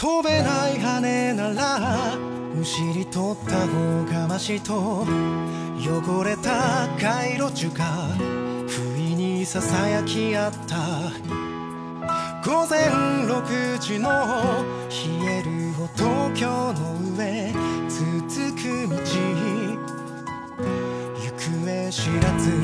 飛べない羽ならむしり取った方がましと汚れた街路樹が不意にささやき合った午前6時の冷える東京の上続く道行方知らず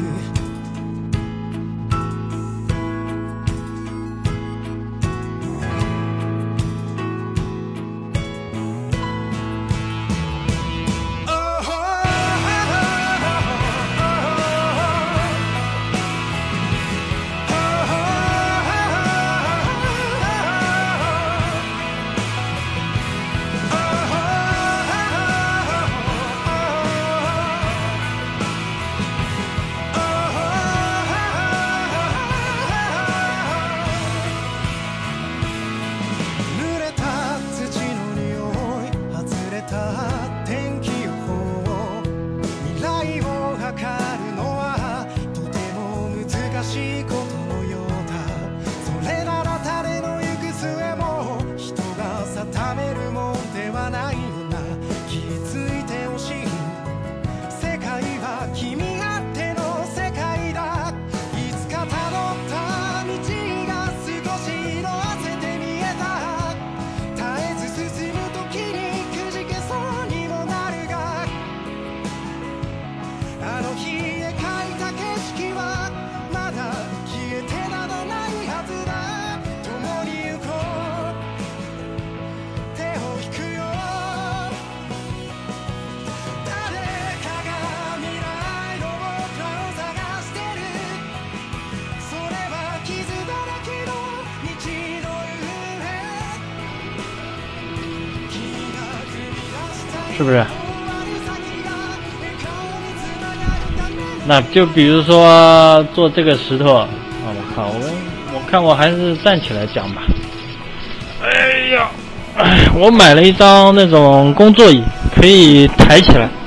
是不是？那就比如说做这个石头啊，我看我还是站起来讲吧。哎呀，我买了一张那种工作椅，可以抬起来。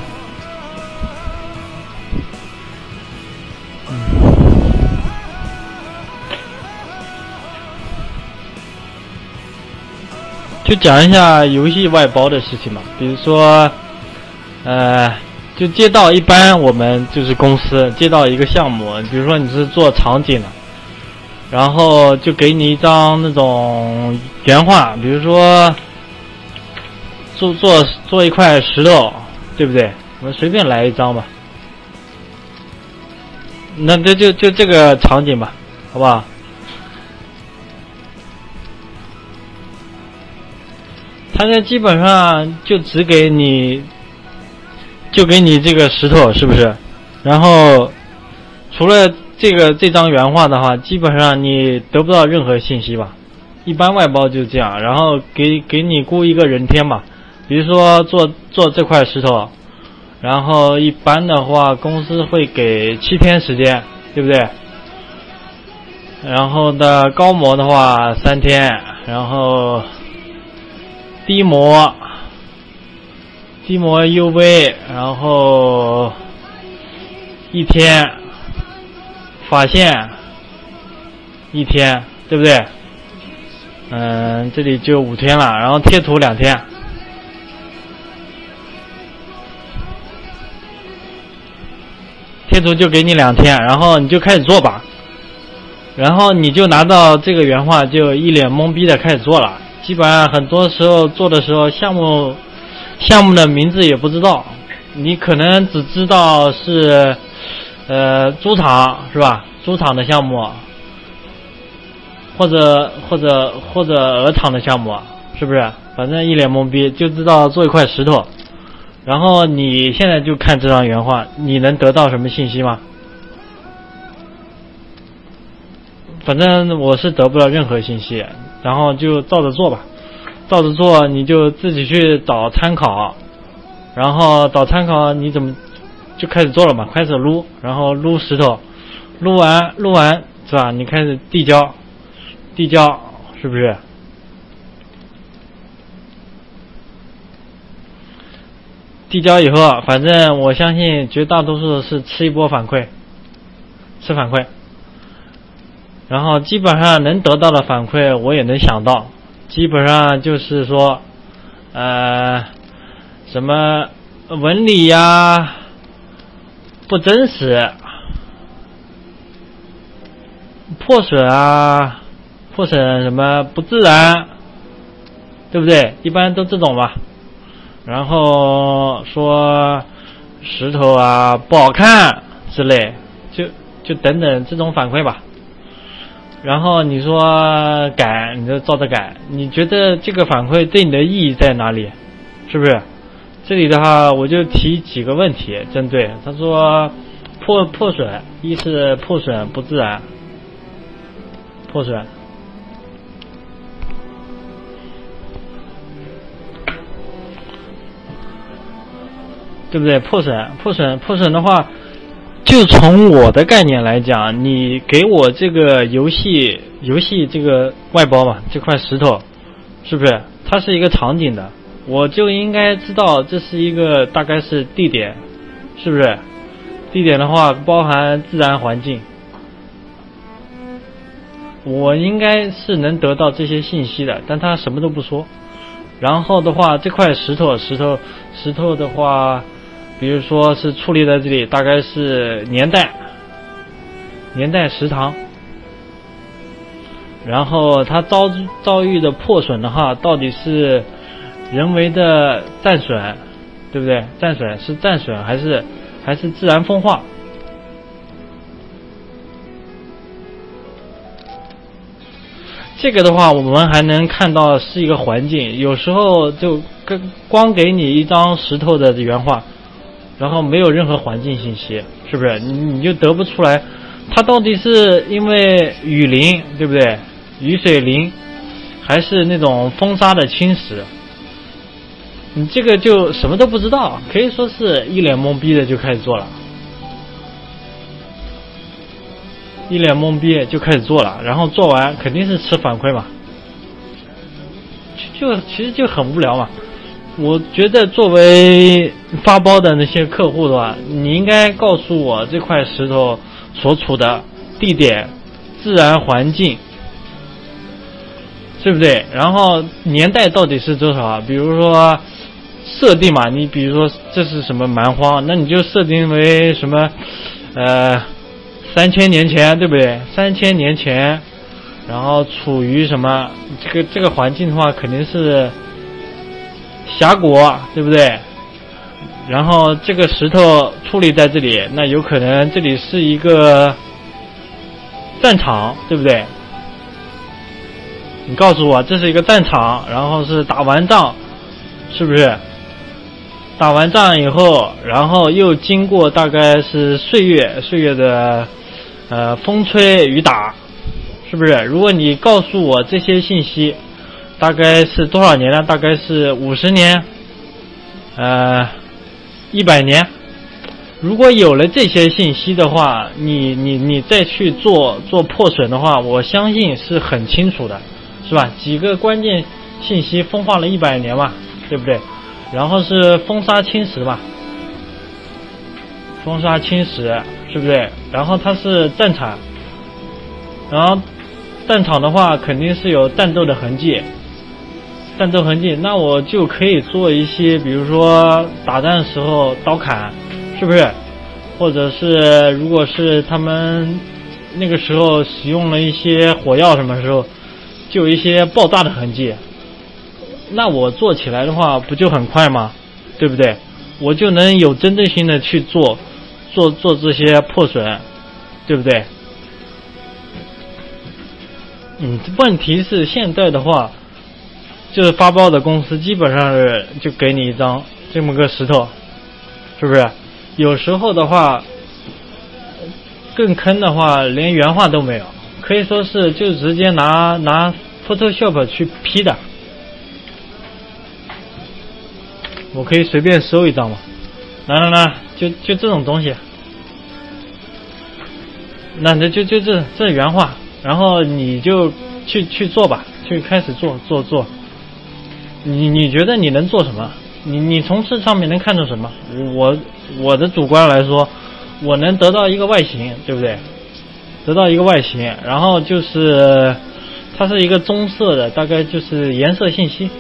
就讲一下游戏外包的事情嘛，比如说，就接到一般我们就是公司接到一个项目，比如说你是做场景的，然后就给你一张那种原画，比如说做一块石头，对不对？我们随便来一张吧，那就这个场景吧，好不好？他这基本上就只给你，就给你这个石头，是不是？然后除了这张原画的话，基本上你得不到任何信息吧。一般外包就这样，然后给你雇一个人天嘛，比如说做这块石头，然后一般的话公司会给7天时间，对不对？然后的高模的话3天，然后低模 UV， 然后1天，发线1天，对不对？这里就5天了，然后贴图2天。贴图就给你2天，然后你就开始做吧。然后你就拿到这个原画，就一脸懵逼的开始做了。基本上很多时候做的时候，项目的名字也不知道，你可能只知道是猪场是吧？猪场的项目，或者鹅场的项目，是不是？反正一脸懵逼，就知道做一块石头。然后你现在就看这张原画，你能得到什么信息吗？反正我是得不到任何信息，然后就照着做吧，照着做你就自己去找参考，然后找参考你怎么就开始做了嘛，开始撸，然后撸石头，撸完是吧？你开始递胶，是不是？递交以后，反正我相信绝大多数是吃一波反馈，然后基本上能得到的反馈我也能想到， 基本上就是说，什么纹理呀不真实，破损啊，破损什么不自然，对不对？一般都这种吧。然后说石头啊不好看之类，就等等这种反馈吧。然后你说改，你就照着改。你觉得这个反馈对你的意义在哪里？是不是？这里的话，我就提几个问题，针对他说破损，一是破损不自然，破损。对不对？破损的话，就从我的概念来讲，你给我这个游戏这个外包嘛，这块石头，是不是？它是一个场景的，我就应该知道这是一个大概是地点，是不是？地点的话包含自然环境，我应该是能得到这些信息的，但他什么都不说。然后的话，这块石头的话，比如说是矗立在这里，大概是年代时长，然后它遭遇的破损的话，到底是人为的战损，对不对？战损还是自然风化？这个的话，我们还能看到是一个环境，有时候就光给你一张石头的原画，然后没有任何环境信息，是不是？你就得不出来，它到底是因为雨淋，对不对？雨水淋，还是那种风沙的侵蚀？你这个就什么都不知道，可以说是一脸懵逼的就开始做了。一脸懵逼就开始做了，然后做完肯定是吃反馈嘛，其实就很无聊嘛。我觉得作为发包的那些客户的话，你应该告诉我这块石头所处的地点、自然环境，对不对？然后年代到底是多少啊？比如说设定嘛，你比如说这是什么蛮荒，那你就设定为什么3000年前，对不对？3000年前，然后处于什么这个环境的话，肯定是峡谷，对不对？然后这个石头矗立在这里，那有可能这里是一个战场，对不对？你告诉我这是一个战场，然后是打完仗，是不是？打完仗以后，然后又经过大概是岁月的风吹雨打，是不是？如果你告诉我这些信息，大概是多少年呢？大概是50年，100年。如果有了这些信息的话，你再去做破损的话，我相信是很清楚的，是吧？几个关键信息风化了100年嘛，对不对？然后是风沙侵蚀嘛，风沙侵蚀，是不是？然后它是战场，然后战场的话肯定是有战斗的痕迹，那我就可以做一些，比如说打战的时候刀砍，是不是？或者是如果是他们那个时候使用了一些火药，什么时候就有一些爆炸的痕迹，那我做起来的话不就很快吗？对不对？我就能有针对性的去做这些破损，对不对？问题是现在的话，就是发包的公司基本上是就给你一张这么个石头，是不是？有时候的话更坑的话连原画都没有，可以说是就直接拿 Photoshop 去 P 的。我可以随便收一张嘛，来，就这种东西，那就这原画，然后你就去做吧，去开始做。你觉得你能做什么？你从这上面能看出什么？我的主观来说，我能得到一个外形，对不对？得到一个外形，然后就是它是一个棕色的，大概就是颜色信息，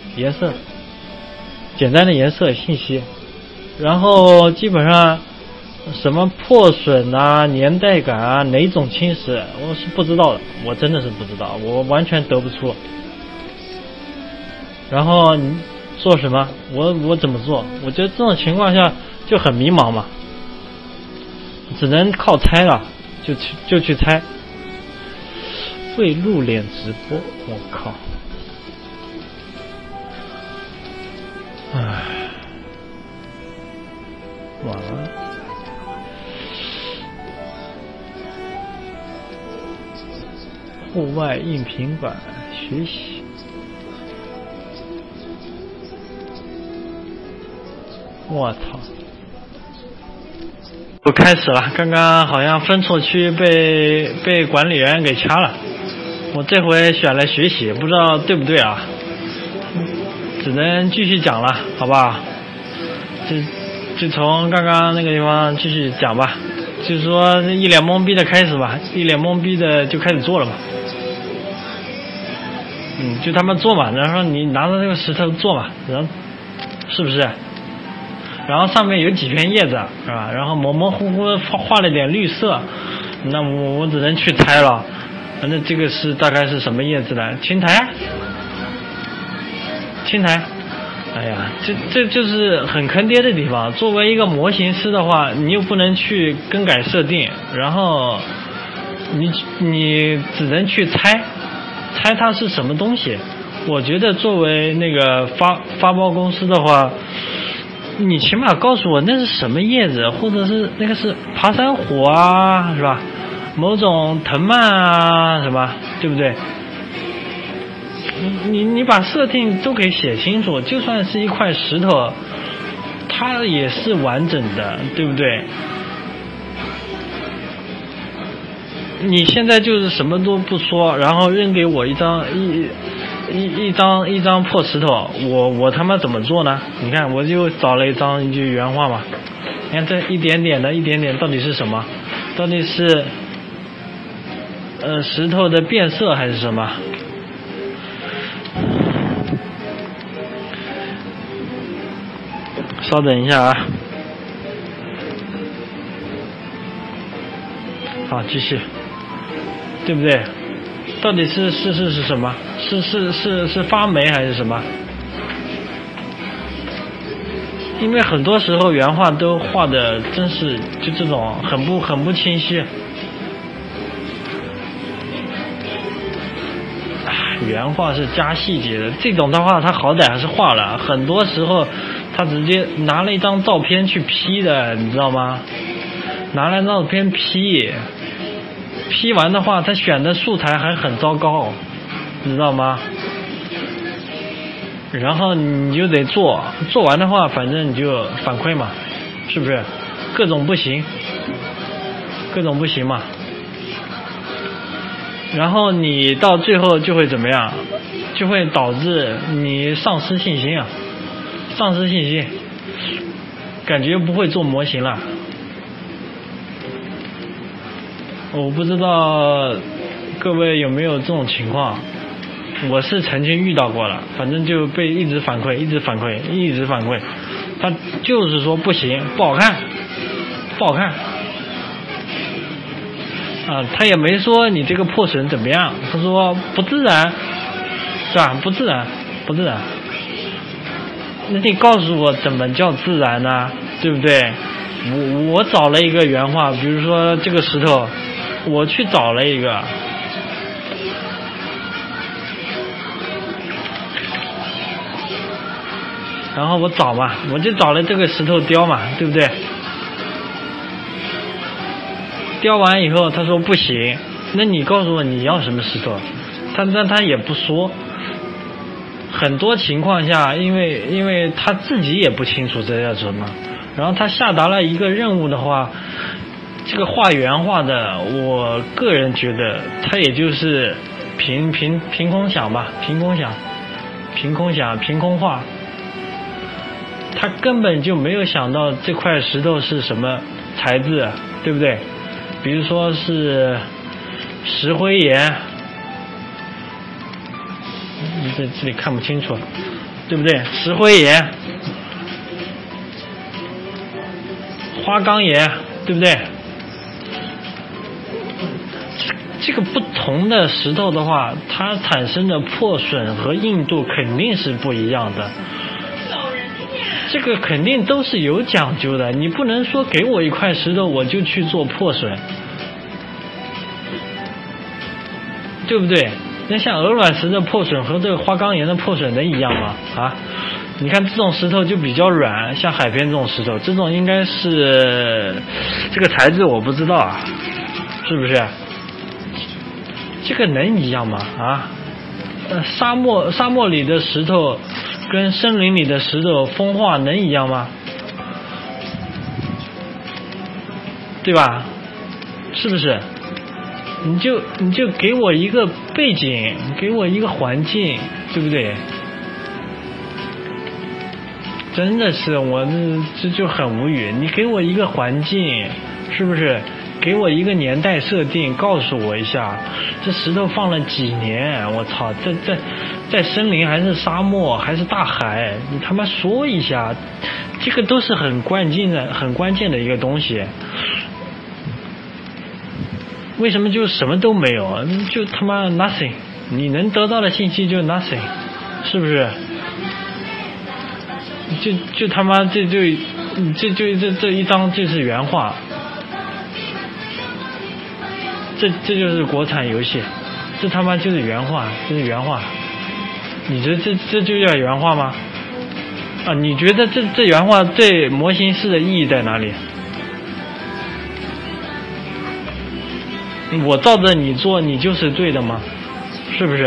简单的颜色信息。然后基本上什么破损啊、年代感啊、哪种侵蚀，我是不知道的，我真的是不知道，我完全得不出。然后你做什么？我怎么做？我觉得这种情况下就很迷茫嘛，只能靠猜了，就去猜。未露脸直播，我靠！唉，完了。户外硬平板学习。我操！我开始了，刚刚好像分错区被管理员给掐了。我这回选了学习，不知道对不对啊？只能继续讲了，好不好？就从刚刚那个地方继续讲吧，就是说一脸懵逼的开始吧，一脸懵逼的就开始做了嘛。就他们做嘛，然后你拿着这个石头做嘛，然后是不是？然后上面有几片叶子，是吧？然后模模糊糊画了点绿色，那我只能去猜了。反正这个是大概是什么叶子的？青苔。哎呀，这就是很坑爹的地方。作为一个模型师的话，你又不能去更改设定，然后你只能去猜它是什么东西。我觉得作为那个发包公司的话，你起码告诉我那是什么叶子，或者是那个是爬山虎啊，是吧？某种藤蔓啊，什么，对不对？你把设定都给写清楚，就算是一块石头，它也是完整的，对不对？你现在就是什么都不说，然后扔给我一张破石头，我他妈怎么做呢？你看，我就找了一句原话嘛。你看这一点点到底是什么？到底是石头的变色还是什么？稍等一下啊。好，继续，对不对？到底是什么？是发霉还是什么？因为很多时候原画都画的真是就这种很不清晰。原画是加细节的，这种的话他好歹还是画了，很多时候他直接拿了一张照片去 P 的，你知道吗？拿来照片 P 完的话，他选的素材还很糟糕，你知道吗？然后你就得做完的话，反正你就反馈嘛，是不是？各种不行嘛。然后你到最后就会怎么样？就会导致你丧失信心，感觉不会做模型了。我不知道各位有没有这种情况，我是曾经遇到过了，反正就被一直反馈，他就是说不行，不好看啊，他也没说你这个破损怎么样，他说不自然，是吧？不自然。那你告诉我怎么叫自然呢？对不对？我找了一个原画，比如说这个石头，我去找了一个，然后我就找了这个石头雕嘛，对不对？雕完以后他说不行，那你告诉我你要什么石头？他也不说。很多情况下因为他自己也不清楚这叫什么，然后他下达了一个任务的话，这个画原画的，我个人觉得他也就是凭空想吧，凭空画，他根本就没有想到这块石头是什么材质，对不对？比如说是石灰岩， 这里看不清楚，对不对？石灰岩、花岗岩，对不对？这个不同的石头的话，它产生的破损和硬度肯定是不一样的。这个肯定都是有讲究的，你不能说给我一块石头我就去做破损，对不对？那像鹅卵石的破损和这个花岗岩的破损能一样吗？啊，你看这种石头就比较软，像海边这种石头，这种应该是这个材质我不知道啊，是不是？这个能一样吗？啊，沙漠里的石头跟森林里的石头风化能一样吗？对吧？是不是？你就给我一个背景，给我一个环境，对不对？真的是我这就很无语。你给我一个环境，是不是？给我一个年代设定，告诉我一下，这石头放了几年？我操，在森林还是沙漠还是大海？你他妈说一下，这个都是很关键的一个东西。为什么就什么都没有？就他妈 nothing， 你能得到的信息就 nothing， 是不是？就他妈这一张就是原画。这就是国产游戏，这他妈就是原画，这是原画。你觉得这就叫原画吗？啊，你觉得这原画对模型师的意义在哪里？我照着你做，你就是对的吗？是不是？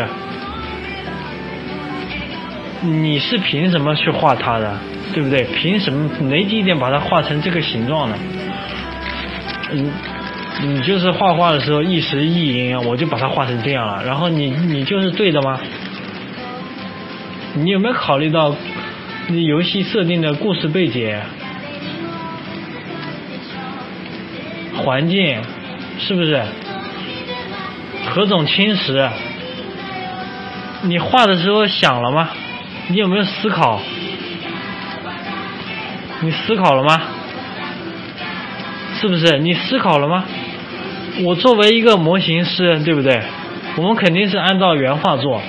你是凭什么去画它的？对不对？凭什么哪几点把它画成这个形状呢？你就是画画的时候一时意淫，我就把它画成这样了，然后你就是对的吗？你有没有考虑到你游戏设定的故事背景、环境，是不是？何种侵蚀？你画的时候想了吗？你有没有思考？你思考了吗？是不是？你思考了吗？我作为一个模型师，对不对？我们肯定是按照原画做。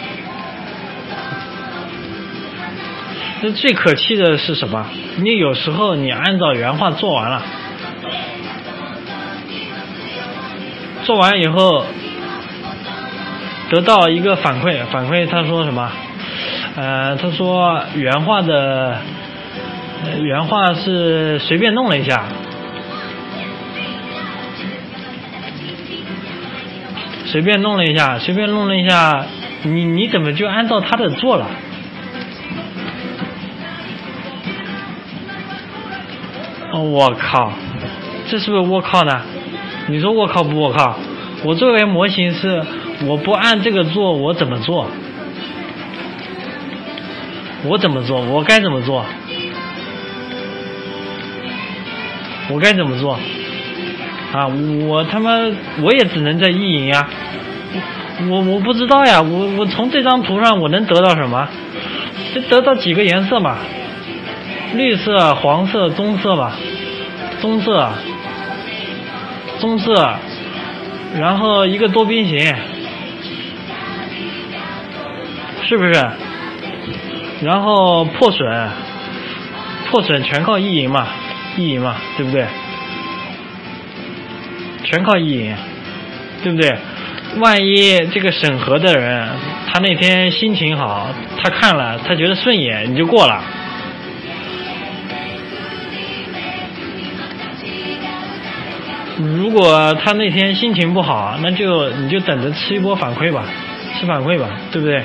那最可气的是什么？你有时候你按照原画做完了，做完以后得到一个反馈他说什么？他说原画是随便弄了一下。随便弄了一下，你怎么就按照他的做了？哦，我靠，这是不是我靠呢？你说我靠不我靠？我作为模型师，我不按这个做，我怎么做？我怎么做？我该怎么做？我该怎么做？啊，我他妈我也只能在意淫呀，我不知道呀，我从这张图上我能得到什么？就得到几个颜色嘛，绿色、黄色、棕色吧，棕色，然后一个多边形，是不是？然后破损全靠意淫嘛，对不对？全靠意淫，对不对？万一这个审核的人他那天心情好，他看了他觉得顺眼，你就过了。如果他那天心情不好，那你就等着吃一波反馈吧，对不对？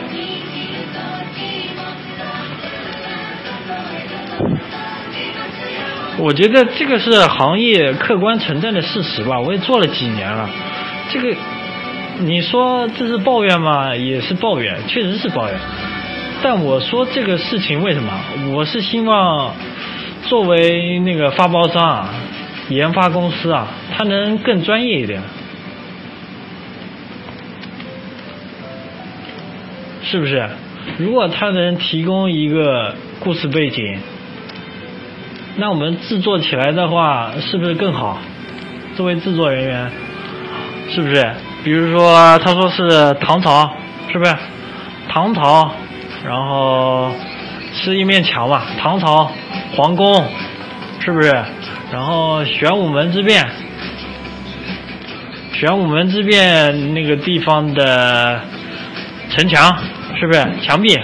我觉得这个是行业客观存在的事实吧，我也做了几年了。这个你说这是抱怨吗？也是抱怨，确实是抱怨。但我说这个事情为什么？我是希望作为那个发包商啊、研发公司啊，它能更专业一点， 是不是？如果他能提供一个故事背景，那我们制作起来的话，是不是更好？作为制作人员，是不是？比如说，他说是唐朝，是不是？唐朝，然后是一面墙嘛，唐朝皇宫，是不是？然后玄武门之变，玄武门之变那个地方的城墙，是不是墙壁？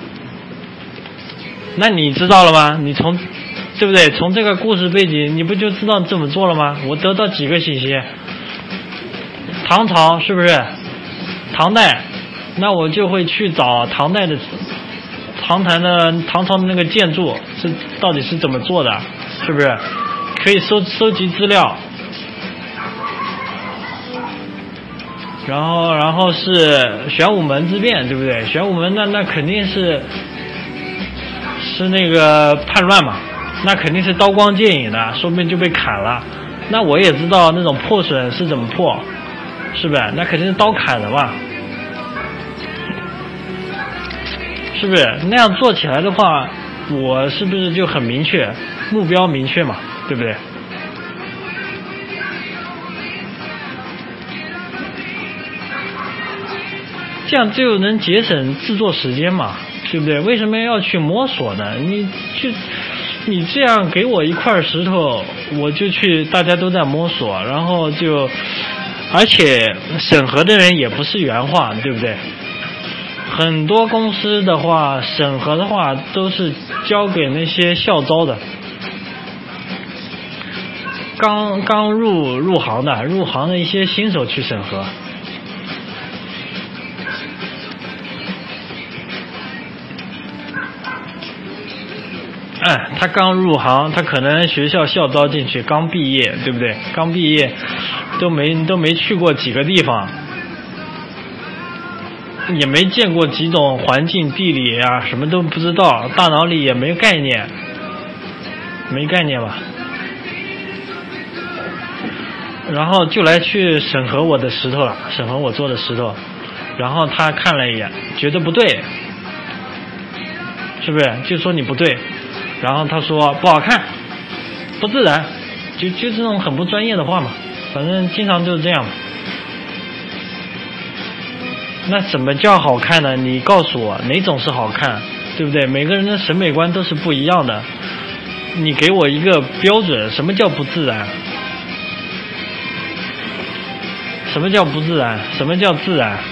那你知道了吗？你从对不对？从这个故事背景，你不就知道怎么做了吗？我得到几个信息。唐朝是不是？唐代，那我就会去找唐代的唐朝的那个建筑到底是怎么做的，是不是？可以收集资料。然后是玄武门之变，对不对？玄武门那肯定是那个叛乱嘛，那肯定是刀光剑影的，说不定就被砍了。那我也知道那种破损是怎么破，是不是？那肯定是刀砍的嘛，是不是？那样做起来的话，我是不是就很明确，目标明确嘛，对不对？这样就能节省制作时间嘛，对不对？为什么要去摸索呢？你这样给我一块石头，我就去，大家都在摸索，然后而且审核的人也不是原画，对不对？很多公司的话，审核的话都是交给那些校招的，刚入行的一些新手去审核。他刚入行，他可能学校校招进去，刚毕业，对不对？刚毕业都没去过几个地方，也没见过几种环境地理啊，什么都不知道，大脑里也没概念吧。然后就来去审核我的石头了，审核我做的石头，然后他看了一眼，觉得不对，是不是？就说你不对。然后他说不好看，不自然，就这种很不专业的话嘛，反正经常就是这样嘛。那什么叫好看呢？你告诉我哪种是好看，对不对？每个人的审美观都是不一样的，你给我一个标准，什么叫不自然？什么叫不自然？什么叫自然？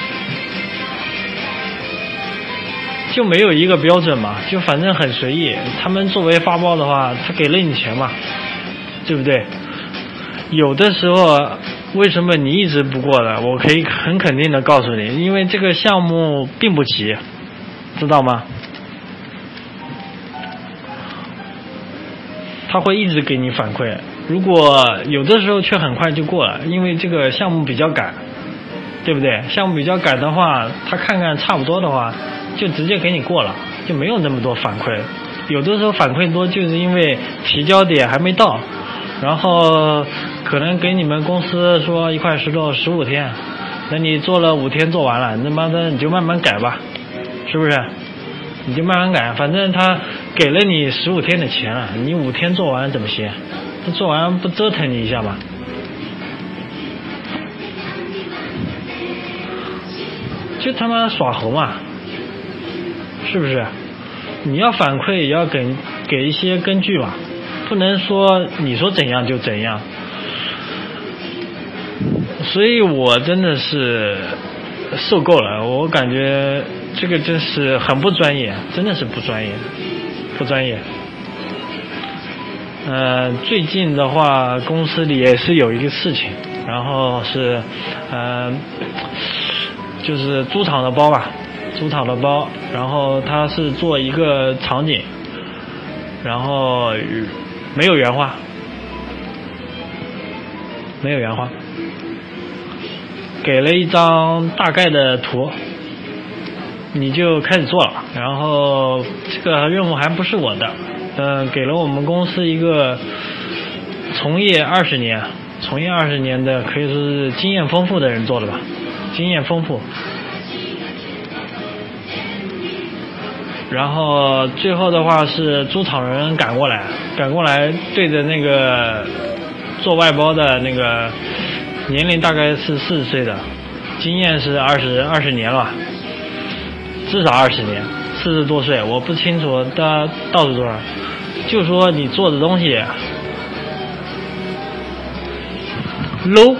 就没有一个标准嘛，就反正很随意。他们作为发包的话，他给了你钱嘛，对不对？有的时候为什么你一直不过的，我可以很肯定的告诉你，因为这个项目并不急，知道吗？他会一直给你反馈，如果有的时候却很快就过了，因为这个项目比较赶，对不对？项目比较赶的话，他看看差不多的话就直接给你过了，就没有那么多反馈。有的时候反馈多就是因为提交点还没到，然后可能给你们公司说一块石头15天，那你做了5天做完了，那妈的你就慢慢改吧，是不是？你就慢慢改，反正他给了你15天的钱了，你5天做完怎么行？他做完不折腾你一下吗？就他妈耍猴嘛，是不是？你要反馈也要给一些根据嘛，不能说你说怎样就怎样。所以我真的是受够了，我感觉这个真是很不专业，真的是不专业。最近的话，公司里也是有一个事情，然后是就是猪场的包，然后他是做一个场景，然后没有原画，给了一张大概的图，你就开始做了。然后这个任务还不是我的，给了我们公司一个从业20年的，可以说是经验丰富的人做的吧，经验丰富。 然后最后的话是猪场人赶过来对着那个做外包的那个年龄大概是40岁的，经验是20年了，至少20年，40多岁，我不清楚他到底多少，就说你做的东西 low，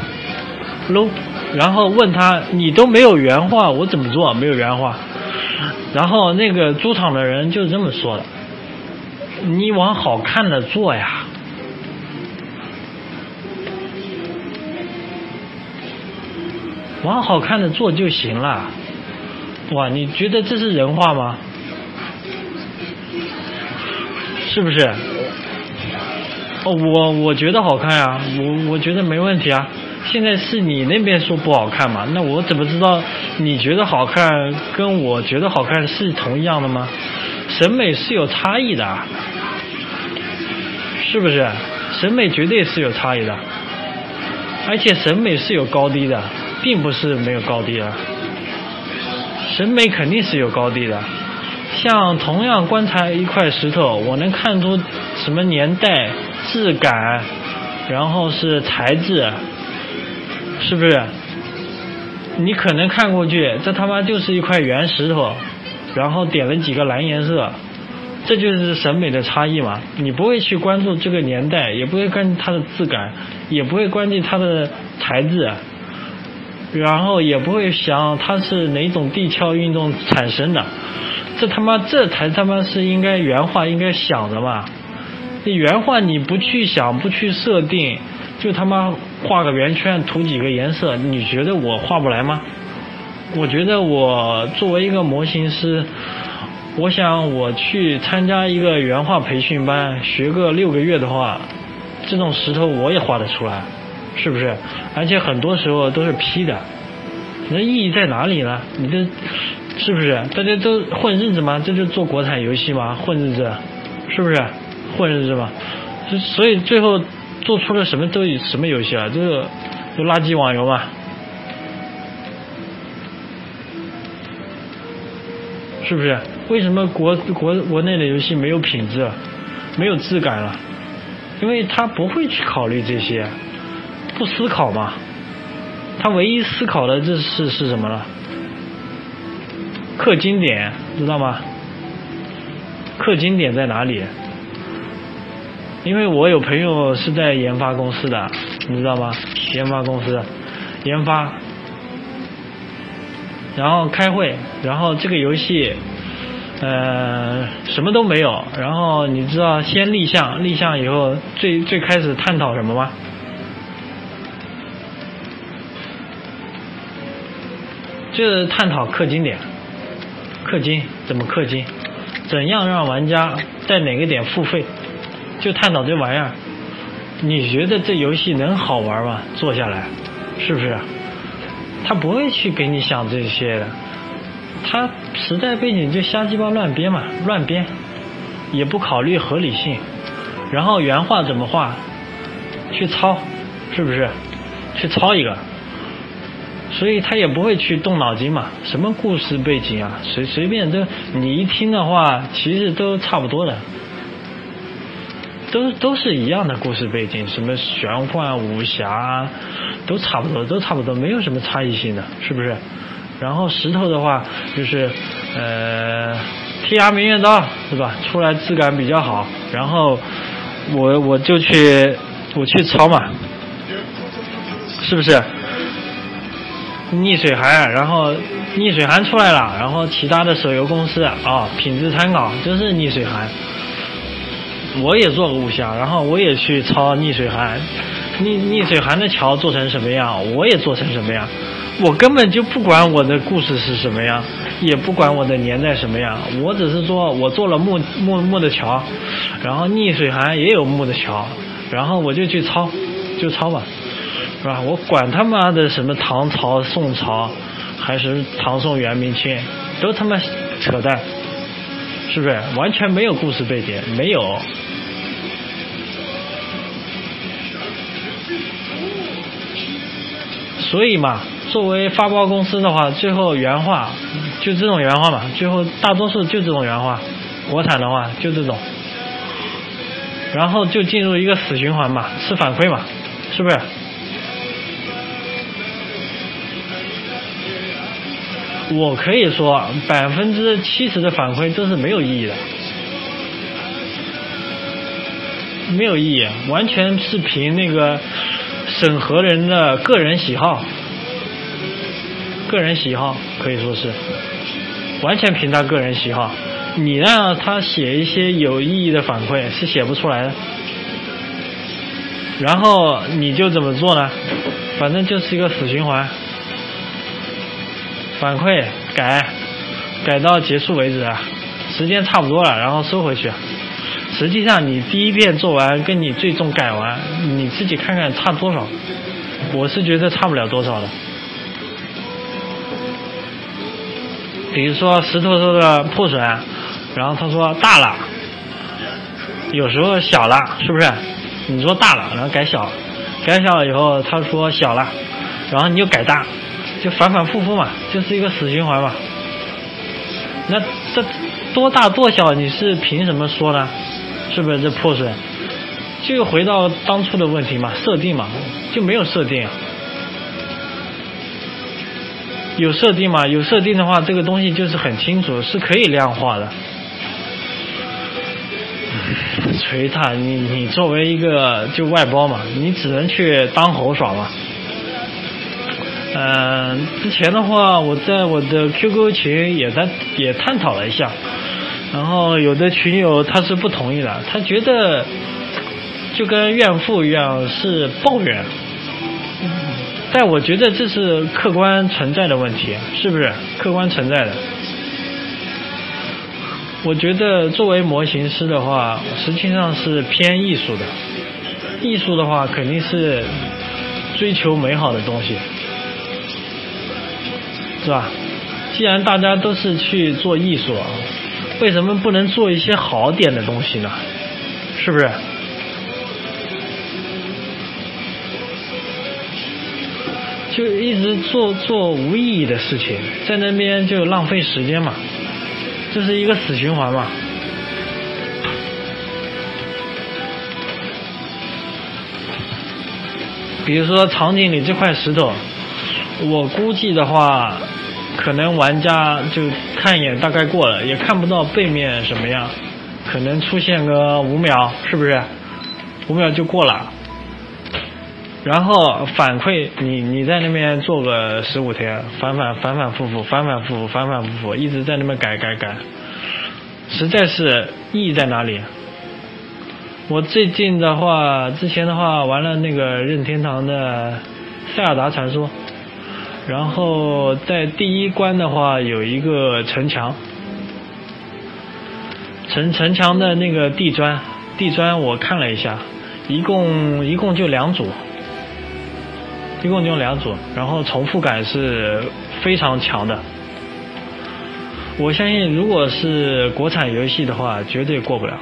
然后问他你都没有原话，我怎么做？没有原话。然后那个猪场的人就这么说的，你往好看的做呀，往好看的做就行了。哇，你觉得这是人话吗？是不是？我觉得好看呀，我觉得没问题啊。现在是你那边说不好看嘛，那我怎么知道你觉得好看跟我觉得好看是同样的吗？审美是有差异的，是不是？审美绝对是有差异的，而且审美是有高低的，并不是没有高低的，审美肯定是有高低的。像同样观察一块石头，我能看出什么年代、质感，然后是材质，是不是？你可能看过去，这他妈就是一块原石头，然后点了几个蓝颜色，这就是审美的差异嘛。你不会去关注这个年代，也不会关注它的质感，也不会关注它的材质，然后也不会想它是哪种地壳运动产生的。这才他妈是应该原画应该想的嘛。你原画你不去想，不去设定，就他妈画个圆圈涂几个颜色，你觉得我画不来吗？我觉得我作为一个模型师，我想我去参加一个原画培训班，学个6个月的话，这种石头我也画得出来，是不是？而且很多时候都是 P 的，那意义在哪里呢？你这是不是大家都混日子吗？这就做国产游戏吗？混日子，是不是混日子嘛？所以最后做出了什么游戏啊？就垃圾网游嘛，是不是？为什么国内的游戏没有品质，没有质感了？因为他不会去考虑这些，不思考嘛。他唯一思考的这是什么了？氪金点，知道吗？氪金点在哪里？因为我有朋友是在研发公司的，你知道吗？研发公司研发，然后开会，然后这个游戏什么都没有，然后你知道先立项以后最开始探讨什么吗？就是探讨氪金点，氪金怎么氪金，怎样让玩家在哪个点付费，就探讨这玩意儿。你觉得这游戏能好玩吗？做下来是不是？他不会去给你想这些的，他时代背景就瞎鸡巴乱编嘛，乱编也不考虑合理性，然后原画怎么画去抄，是不是？去抄一个，所以他也不会去动脑筋嘛。什么故事背景啊，随便都，你一听的话其实都差不多的，都是一样的故事背景，什么玄幻武侠都差不多，没有什么差异性的，是不是？然后石头的话就是天涯明月刀，是吧？出来质感比较好，然后我去抄嘛，是不是？逆水寒，然后逆水寒出来了，然后其他的手游公司品质参考就是逆水寒。我也做个武侠，然后我也去抄逆水寒，逆水寒的桥做成什么样，我也做成什么样。我根本就不管我的故事是什么样，也不管我的年代什么样，我只是说我做了木的桥，然后逆水寒也有木的桥，然后我就去抄，就抄吧，是吧？我管他妈的什么唐朝、宋朝，还是唐宋元明清，都他妈扯淡，是不是？完全没有故事背景，没有。所以嘛， 作为发包公司的话，最后原话就这种原话嘛，最后大多数就这种原话，国产的话就这种，然后就进入一个死循环嘛，吃反馈嘛，是不是？我可以说70%的反馈都是没有意义的，没有意义，完全是凭那个审核人的个人喜好可以说是完全凭他个人喜好，你让他写一些有意义的反馈是写不出来的。然后你就怎么做呢？反正就是一个死循环，反馈改到结束为止啊，时间差不多了，然后收回去。实际上你第一遍做完跟你最终改完，你自己看看差多少，我是觉得差不了多少的。比如说石头头的破损，然后他说大了，有时候小了，是不是？你说大了，然后改小了以后他说小了，然后你又改大，就反反复复嘛，就是一个死循环嘛。那这多大多小你是凭什么说呢？是不是这破损？就回到当初的问题嘛，设定嘛，就没有设定。有设定嘛？有设定的话，这个东西就是很清楚，是可以量化的。锤他，你作为一个就外包嘛，你只能去当猴耍嘛。之前的话，我在我的 QQ 群也探讨了一下，然后有的群友他是不同意的，他觉得就跟怨妇一样是抱怨。但我觉得这是客观存在的问题，是不是客观存在的？我觉得作为模型师的话，实际上是偏艺术的。艺术的话肯定是追求美好的东西，是吧？既然大家都是去做艺术，为什么不能做一些好点的东西呢？是不是？就一直做无意义的事情，在那边就浪费时间嘛，这是一个死循环嘛。比如说场景里这块石头，我估计的话，可能玩家就看一眼大概过了，也看不到背面什么样，可能出现个5秒，是不是？5秒就过了。然后反馈你在那边做个15天，反反复复，一直在那边改，实在是意义在哪里？我之前的话玩了那个任天堂的塞尔达传说，然后在第一关的话有一个城墙，城墙的那个地砖我看了一下，一共就2组。然后重复感是非常强的。我相信如果是国产游戏的话，绝对过不了。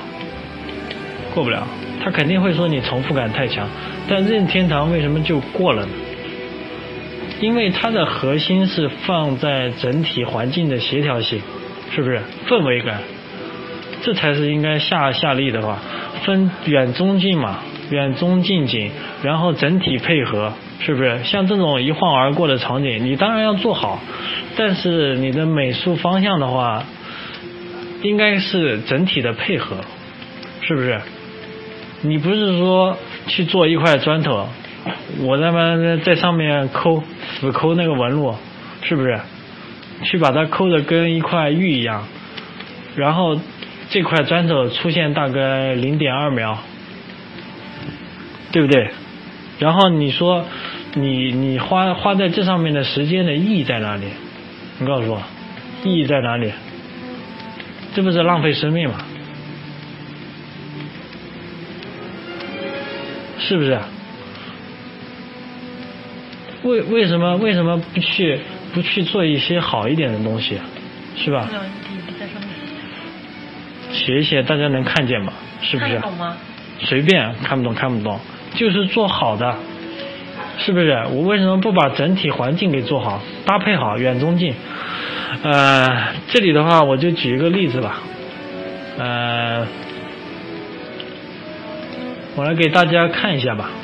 他肯定会说你重复感太强，但任天堂为什么就过了呢？因为它的核心是放在整体环境的协调性，是不是？氛围感，这才是应该下力的话，分远中近嘛，远中近景，然后整体配合。是不是像这种一晃而过的场景，你当然要做好，但是你的美术方向的话，应该是整体的配合，是不是？你不是说去做一块砖头，我他妈在上面死抠那个纹路，是不是？去把它抠的跟一块玉一样，然后这块砖头出现大概0.2秒，对不对？然后你说你花在这上面的时间的意义在哪里？你告诉我，意义在哪里？这不是浪费生命吗？是不是？为什么不去做一些好一点的东西，是吧？写一写大家能看见吗？是不是？ 看得懂吗？ 随便看不懂，就是做好的， 是不是？我为什么不把整体环境给做好，搭配好远中近？这里的话我就举一个例子吧，我来给大家看一下吧。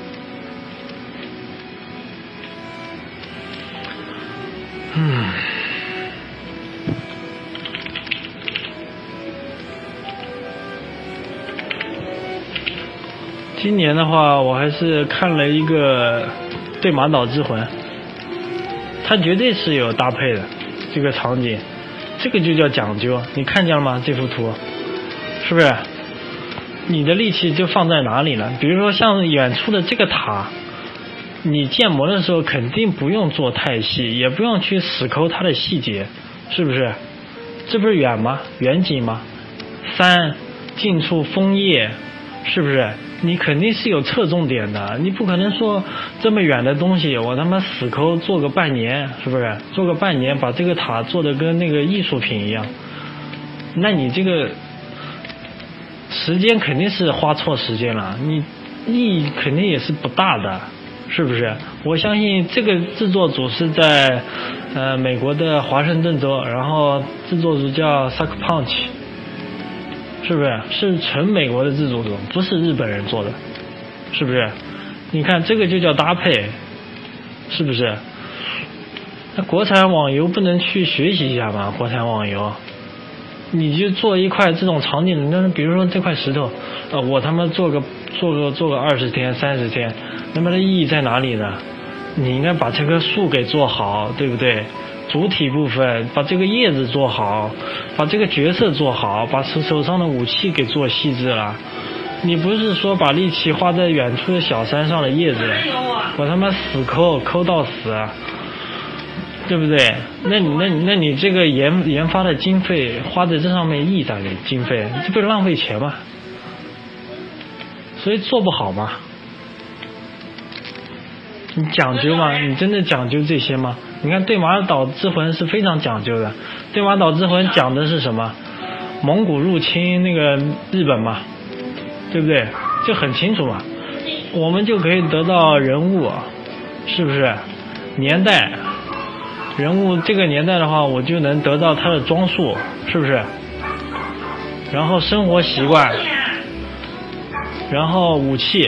今年的话，我还是看了一个《对马岛之魂》，它绝对是有搭配的这个场景，这个就叫讲究。你看见了吗？这幅图是不是？你的力气就放在哪里了？比如说像远处的这个塔，你建模的时候肯定不用做太细，也不用去死抠它的细节，是不是？这不是远吗？远景吗？山近处枫叶，是不是？你肯定是有侧重点的，你不可能说这么远的东西我他妈死抠做个半年，是不是？做个半年把这个塔做的跟那个艺术品一样，那你这个时间肯定是花错时间了，你意义肯定也是不大的，是不是？我相信这个制作组是在美国的华盛顿州，然后制作组叫 Sucker Punch，是不是？是纯美国的制作组，不是日本人做的，是不是？你看这个就叫搭配，是不是？那国产网游不能去学习一下吗？国产网游，你就做一块这种场景，那比如说这块石头，我他妈做个20天30天，那么的意义在哪里呢？你应该把这棵树给做好，对不对？主体部分把这个叶子做好，把这个角色做好，把手上的武器给做细致了。你不是说把力气花在远处的小山上的叶子，我他妈死抠到死，对不对？那你这个研发的经费花在这上面意义在哪里？经费这不是浪费钱吗？所以做不好嘛。你讲究吗？你真的讲究这些吗？你看《对马岛之魂》是非常讲究的，《对马岛之魂》讲的是什么？蒙古入侵那个日本嘛，对不对？就很清楚嘛。我们就可以得到人物，是不是？年代，人物这个年代的话，我就能得到他的装束，是不是？然后生活习惯，然后武器。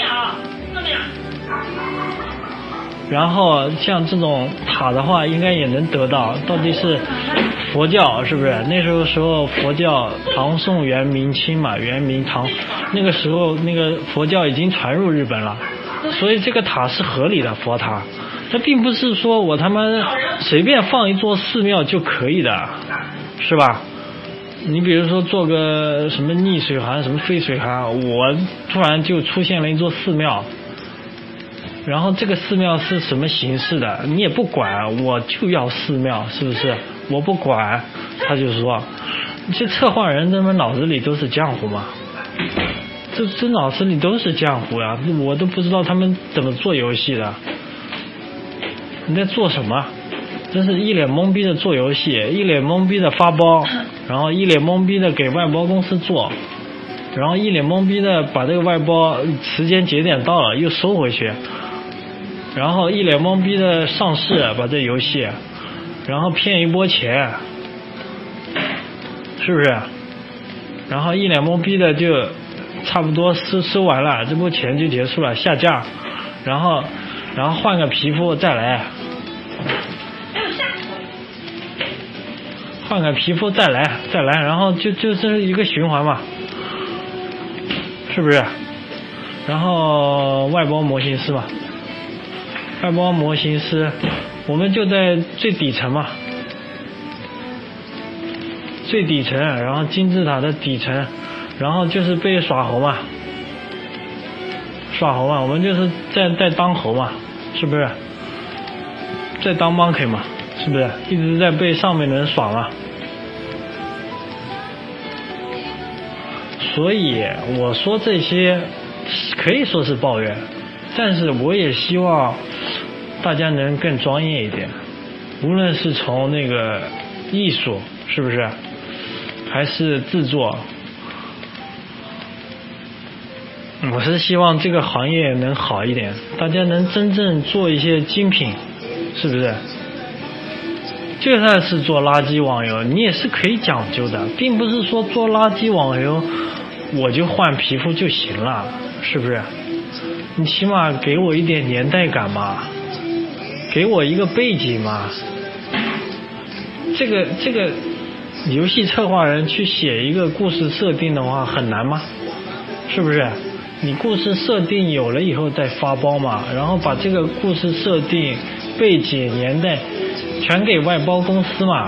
然后像这种塔的话应该也能得到，到底是佛教，是不是？那时候佛教唐宋元明清嘛，元明唐那个时候那个佛教已经传入日本了，所以这个塔是合理的，佛塔它并不是说我他妈随便放一座寺庙就可以的，是吧？你比如说做个什么逆水寒什么飞水寒，我突然就出现了一座寺庙，然后这个寺庙是什么形式的你也不管，我就要寺庙，是不是？我不管，他就说这策划人他们脑子里都是浆糊嘛，这脑子里都是浆糊呀，我都不知道他们怎么做游戏的，你在做什么？真是一脸懵逼的做游戏，一脸懵逼的发包，然后一脸懵逼的给外包公司做，然后一脸懵逼的把这个外包时间节点到了又收回去，然后一脸懵逼的上市把这游戏，然后骗一波钱，是不是？然后一脸懵逼的就差不多收完了，这波钱就结束了，下架，然后换个皮肤再来，换个皮肤再来，然后就是一个循环嘛，是不是？然后外包模型师嘛，外包模型师，我们就在最底层嘛，最底层，然后金字塔的底层，然后就是被耍猴嘛，我们就是在当猴嘛，是不是？在当 monkey 嘛，是不是？一直在被上面的人耍嘛。所以我说这些可以说是抱怨，但是我也希望大家能更专业一点，无论是从那个艺术，是不是？还是制作， 我是希望这个行业能好一点，大家能真正做一些精品，是不是？就算是做垃圾网游，你也是可以讲究的，并不是说做垃圾网游我就换皮肤就行了，是不是？你起码给我一点年代感嘛，给我一个背景嘛。这个游戏策划人去写一个故事设定的话很难吗？是不是？你故事设定有了以后再发包嘛，然后把这个故事设定、背景、年代全给外包公司嘛。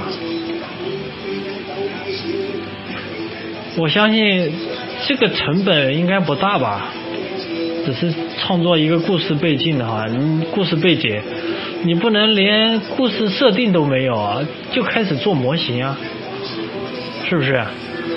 我相信这个成本应该不大吧，只是创作一个故事背景的话，你故事背景你不能连故事设定都没有啊，就开始做模型啊，是不是？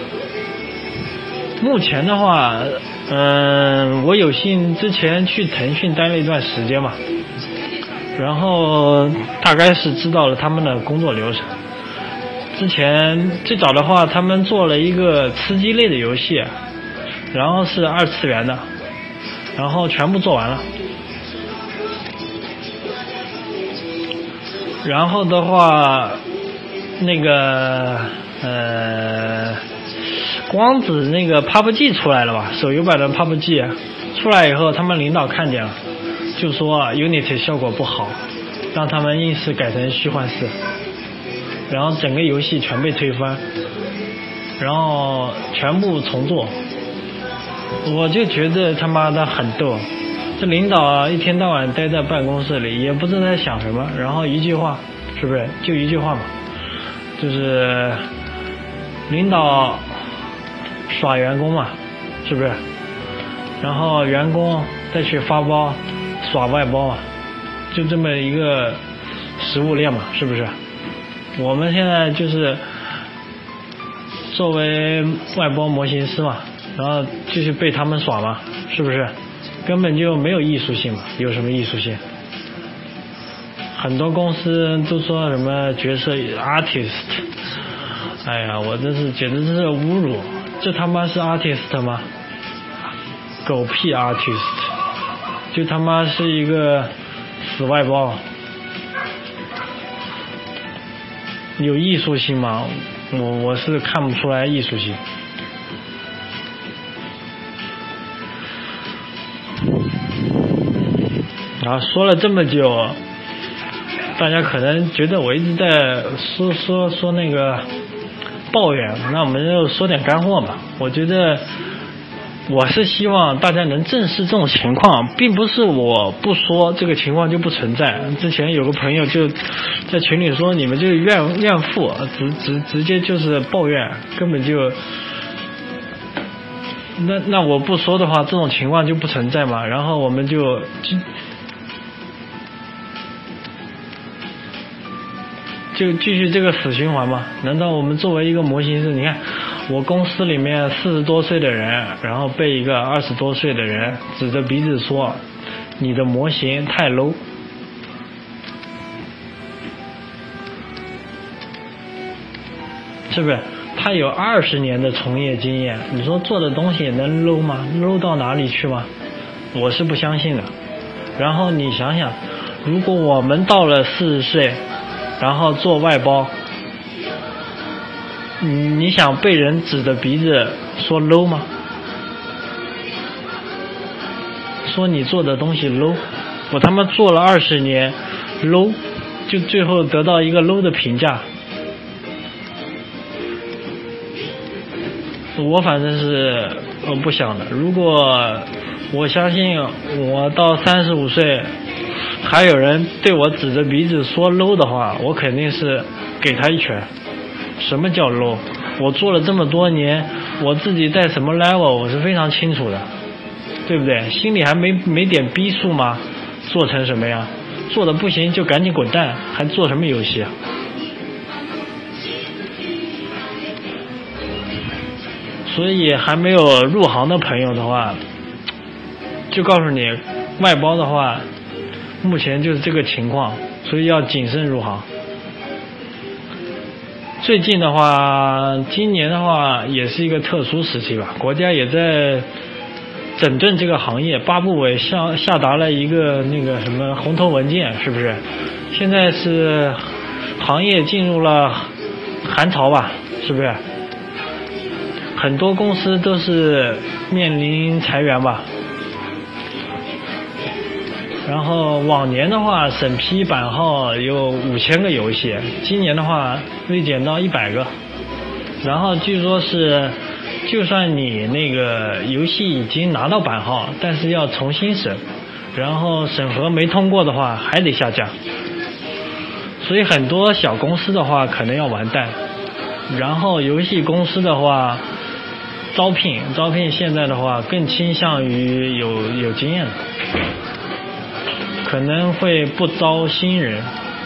目前的话我有幸之前去腾讯待了一段时间嘛，然后大概是知道了他们的工作流程。之前最早的话他们做了一个吃鸡类的游戏，然后是2次元的，然后全部做完了。然后的话那个光子那个 PUBG 出来了吧，手游版的 PUBG 出来以后，他们领导看见了，就说 Unity 效果不好，让他们硬是改成虚幻四，然后整个游戏全被推翻，然后全部重做。我就觉得他妈的很逗，这领导啊一天到晚待在办公室里，也不知道在想什么，然后一句话，是不是就一句话嘛，就是领导耍员工嘛，是不是？然后员工再去发包耍外包嘛，就这么一个食物链嘛，是不是？我们现在就是作为外包模型师嘛，然后继续被他们耍嘛，是不是？根本就没有艺术性嘛，有什么艺术性？很多公司都说什么角色 artist， 哎呀，我真是简直是侮辱！这他妈是 artist 吗？狗屁 artist， 就他妈是一个死外包。有艺术性吗？我是看不出来艺术性。然后说了这么久，大家可能觉得我一直在说那个抱怨，那我们就说点干货吧。我觉得我是希望大家能正视这种情况，并不是我不说这个情况就不存在。之前有个朋友就在群里说你们就是怨妇，直接就是抱怨，根本就那我不说的话，这种情况就不存在嘛。然后我们就继续这个死循环嘛？难道我们作为一个模型师，你看我公司里面40多岁的人，然后被一个20多岁的人指着鼻子说你的模型太 low， 是不是？他有20年的从业经验，你说做的东西能 low 吗？ low 到哪里去吗？我是不相信的。然后你想想，如果我们到了40岁然后做外包，你想被人指着鼻子说 low 吗？说你做的东西 low， 我他妈做了20年 low， 就最后得到一个 low 的评价。我反正是不想的。如果我相信我到35岁还有人对我指着鼻子说 low 的话，我肯定是给他一拳。什么叫 low？ 我做了这么多年，我自己在什么 level 我是非常清楚的，对不对？心里还没点逼数吗？做成什么呀？做的不行就赶紧滚蛋，还做什么游戏啊？所以还没有入行的朋友的话，就告诉你，外包的话目前就是这个情况，所以要谨慎入行。最近的话，今年的话也是一个特殊时期吧，国家也在整顿这个行业，八部委下达了一个那个什么红头文件，是不是？现在是行业进入了寒潮吧，是不是？很多公司都是面临裁员吧。然后往年的话，审批版号有5000个游戏，今年的话锐减到100个。然后据说是，就算你那个游戏已经拿到版号，但是要重新审，然后审核没通过的话还得下架。所以很多小公司的话可能要完蛋。然后游戏公司的话，招聘现在的话更倾向于有经验的，可能会不招新人。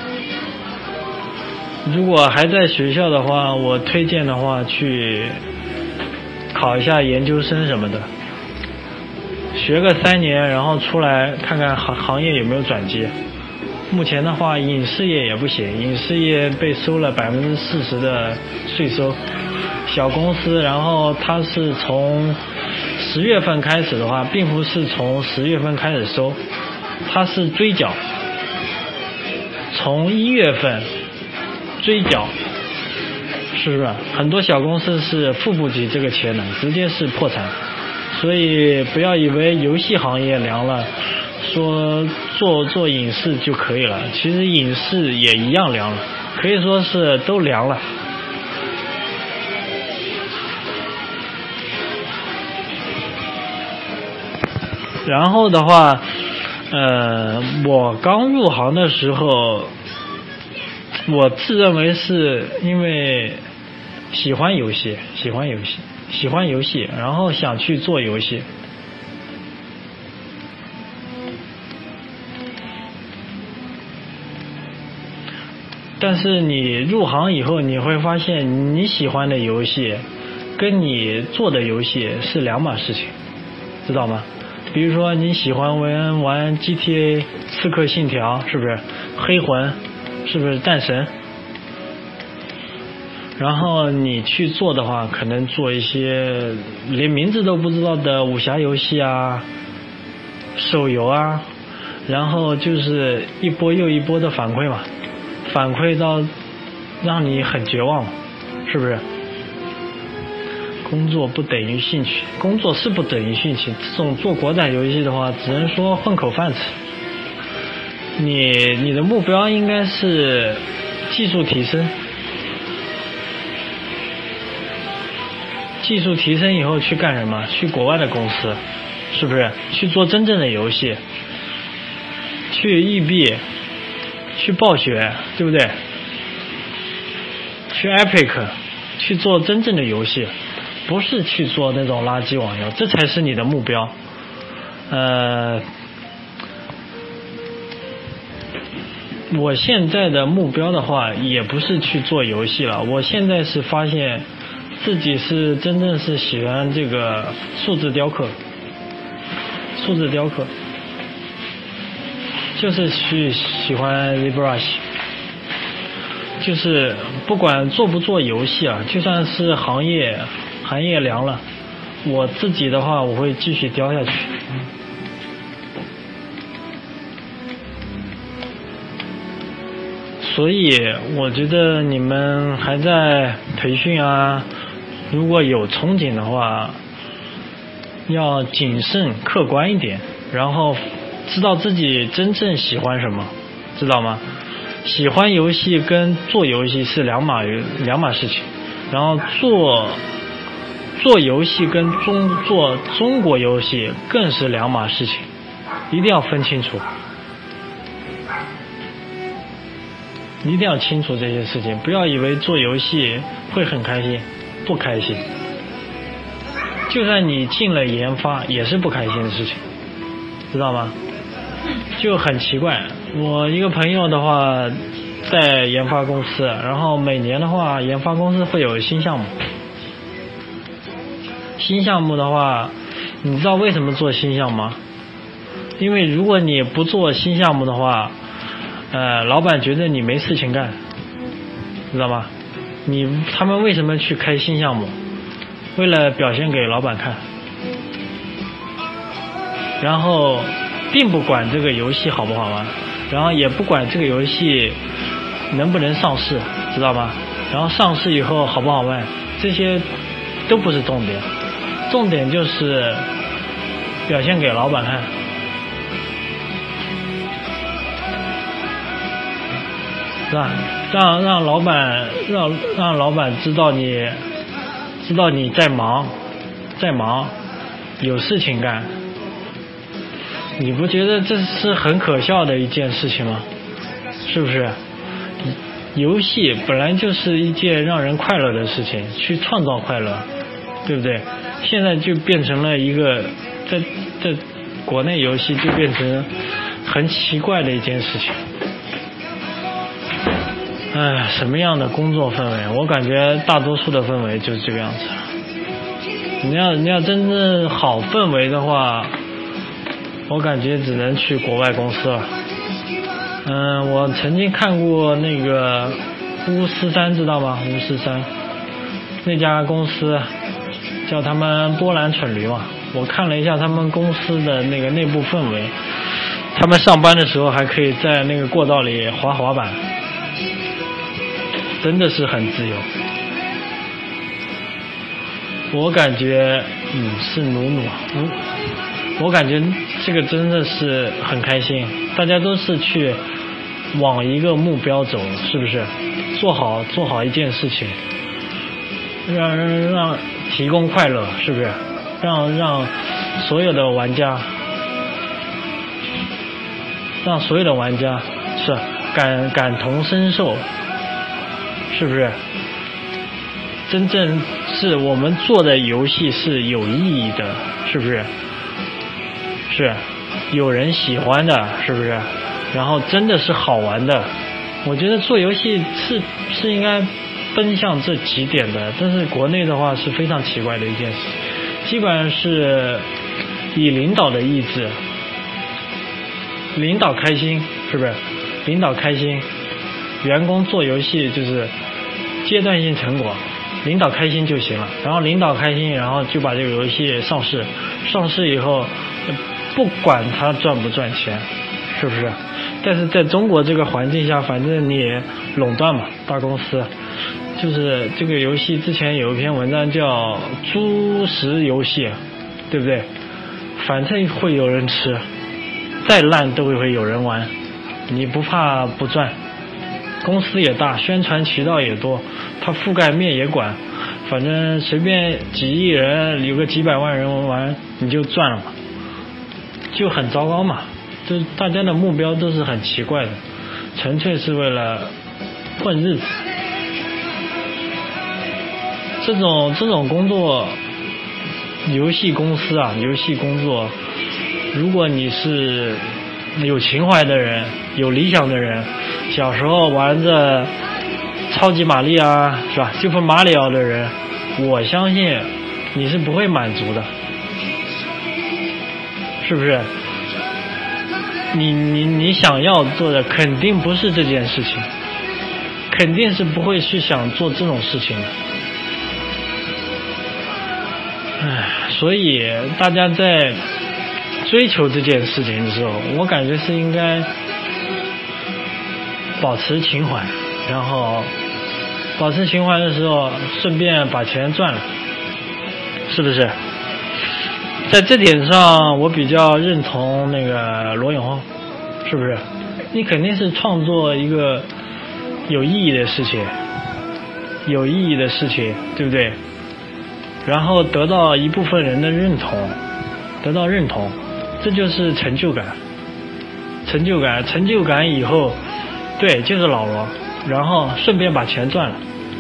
如果还在学校的话，我推荐的话去考一下研究生什么的，学个3年，然后出来看看行业有没有转机。目前的话，影视业也不行，影视业被收了40%的税收，小公司，然后它是从10月份开始的话，并不是从10月份开始收，它是追缴，从1月份追缴，是不是？很多小公司是付不起这个钱的，直接是破产。所以不要以为游戏行业凉了，说做影视就可以了，其实影视也一样凉了，可以说是都凉了。然后的话，我刚入行的时候，我自认为是因为喜欢游戏，然后想去做游戏。但是你入行以后，你会发现你喜欢的游戏跟你做的游戏是两码事情，知道吗？比如说你喜欢玩 GTA 刺客信条，是不是？黑魂，是不是？战神。然后你去做的话，可能做一些连名字都不知道的武侠游戏啊，手游啊，然后就是一波又一波的反馈嘛，反馈到让你很绝望，是不是？工作不等于兴趣，工作是不等于兴趣。这种做国产游戏的话，只能说混口饭吃。你的目标应该是技术提升，技术提升以后去干什么？去国外的公司，是不是？去做真正的游戏，去育碧，去暴雪，对不对？去 Epic， 去做真正的游戏。不是去做那种垃圾网游，这才是你的目标。我现在的目标的话，也不是去做游戏了。我现在是发现自己是真正是喜欢这个数字雕刻，就是去喜欢 ZBrush， 就是不管做不做游戏啊，就算是行业凉了，我自己的话我会继续雕下去。所以我觉得你们还在培训啊，如果有憧憬的话，要谨慎客观一点，然后知道自己真正喜欢什么，知道吗？喜欢游戏跟做游戏是两码事情，然后做游戏跟做中国游戏更是两码事情，一定要分清楚，一定要清楚这些事情，不要以为做游戏会很开心，不开心。就算你进了研发，也是不开心的事情，知道吗？就很奇怪。我一个朋友的话，在研发公司，然后每年的话，研发公司会有新项目。新项目的话，你知道为什么做新项目吗？因为如果你不做新项目的话，老板觉得你没事情干，知道吗？他们为什么去开新项目？为了表现给老板看。 然后并不管这个游戏好不好玩，然后也不管这个游戏能不能上市，知道吗？然后上市以后好不好卖，这些都不是重点，重点就是表现给老板看，是吧？让老板知道你在忙，有事情干。你不觉得这是很可笑的一件事情吗？是不是？游戏本来就是一件让人快乐的事情，去创造快乐，对不对？现在就变成了一个在国内游戏就变成很奇怪的一件事情。什么样的工作氛围？我感觉大多数的氛围就是这个样子。你要真正好氛围的话，我感觉只能去国外公司了。我曾经看过那个巫师三，知道吗？巫师三那家公司叫他们波兰蠢驴嘛。我看了一下他们公司的那个内部氛围，他们上班的时候还可以在那个过道里滑板，真的是很自由。我感觉是努，我感觉这个真的是很开心，大家都是去往一个目标走，是不是？做好一件事情，让提供快乐，是不是？让所有的玩家是感同身受，是不是？真正是我们做的游戏是有意义的，是不是？是有人喜欢的，是不是？然后真的是好玩的。我觉得做游戏是应该奔向这几点的，但是国内的话是非常奇怪的一件事，基本上是以领导的意志，领导开心，是不是？领导开心，员工做游戏就是阶段性成果，领导开心就行了。然后领导开心，然后就把这个游戏上市，上市以后不管他赚不赚钱，是不是？但是在中国这个环境下，反正你垄断嘛，大公司。就是这个游戏之前有一篇文章叫猪食游戏，对不对？反正会有人吃，再烂都会有人玩，你不怕不赚。公司也大，宣传渠道也多，它覆盖面也广，反正随便几亿人有个几百万人玩你就赚了嘛，就很糟糕嘛。就大家的目标都是很奇怪的，纯粹是为了混日子。这种工作，游戏公司啊，游戏工作，如果你是有情怀的人，有理想的人，小时候玩着超级玛丽啊，是吧？就碰马里奥的人，我相信你是不会满足的，是不是？你想要做的肯定不是这件事情，肯定是不会去想做这种事情的。所以大家在追求这件事情的时候，我感觉是应该保持情怀，然后保持情怀的时候顺便把钱赚了，是不是？在这点上我比较认同那个罗永浩，是不是？你肯定是创作一个有意义的事情，对不对？然后得到一部分人的认同，这就是成就感以后，对，就是老罗，然后顺便把钱赚了。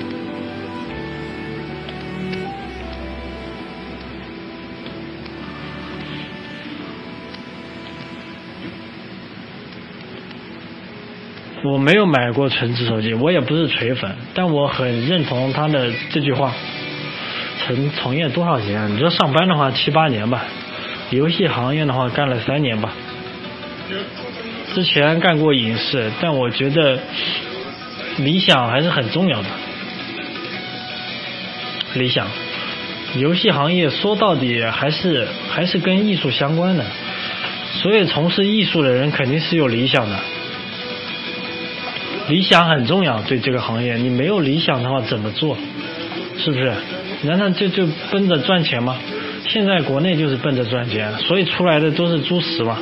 我没有买过橙子手机，我也不是锤粉，但我很认同他的这句话。从业多少年？你说上班的话7、8年吧，游戏行业的话干了3年吧。之前干过影视，但我觉得理想还是很重要的。理想，游戏行业说到底还是跟艺术相关的。 所有从事艺术的人肯定是有理想的，理想很重要，对这个行业，你没有理想的话怎么做？是不是？难道就奔着赚钱吗？现在国内就是奔着赚钱，所以出来的都是猪食嘛。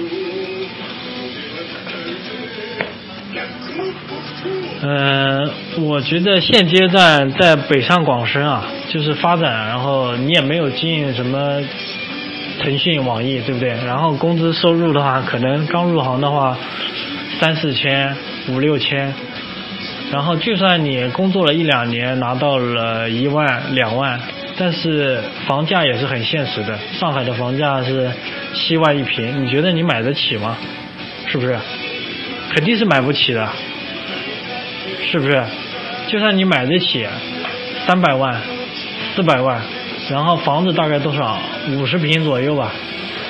我觉得现阶段在北上广深啊，就是发展，然后你也没有经营什么腾讯、网易，对不对？然后工资收入的话，可能刚入行的话3、4千、5、6千，然后就算你工作了1、2年拿到了1万、2万，但是房价也是很现实的。上海的房价是7万1平，你觉得你买得起吗？是不是？肯定是买不起的。是不是？就算你买得起300万、400万，然后房子大概多少？50平左右吧，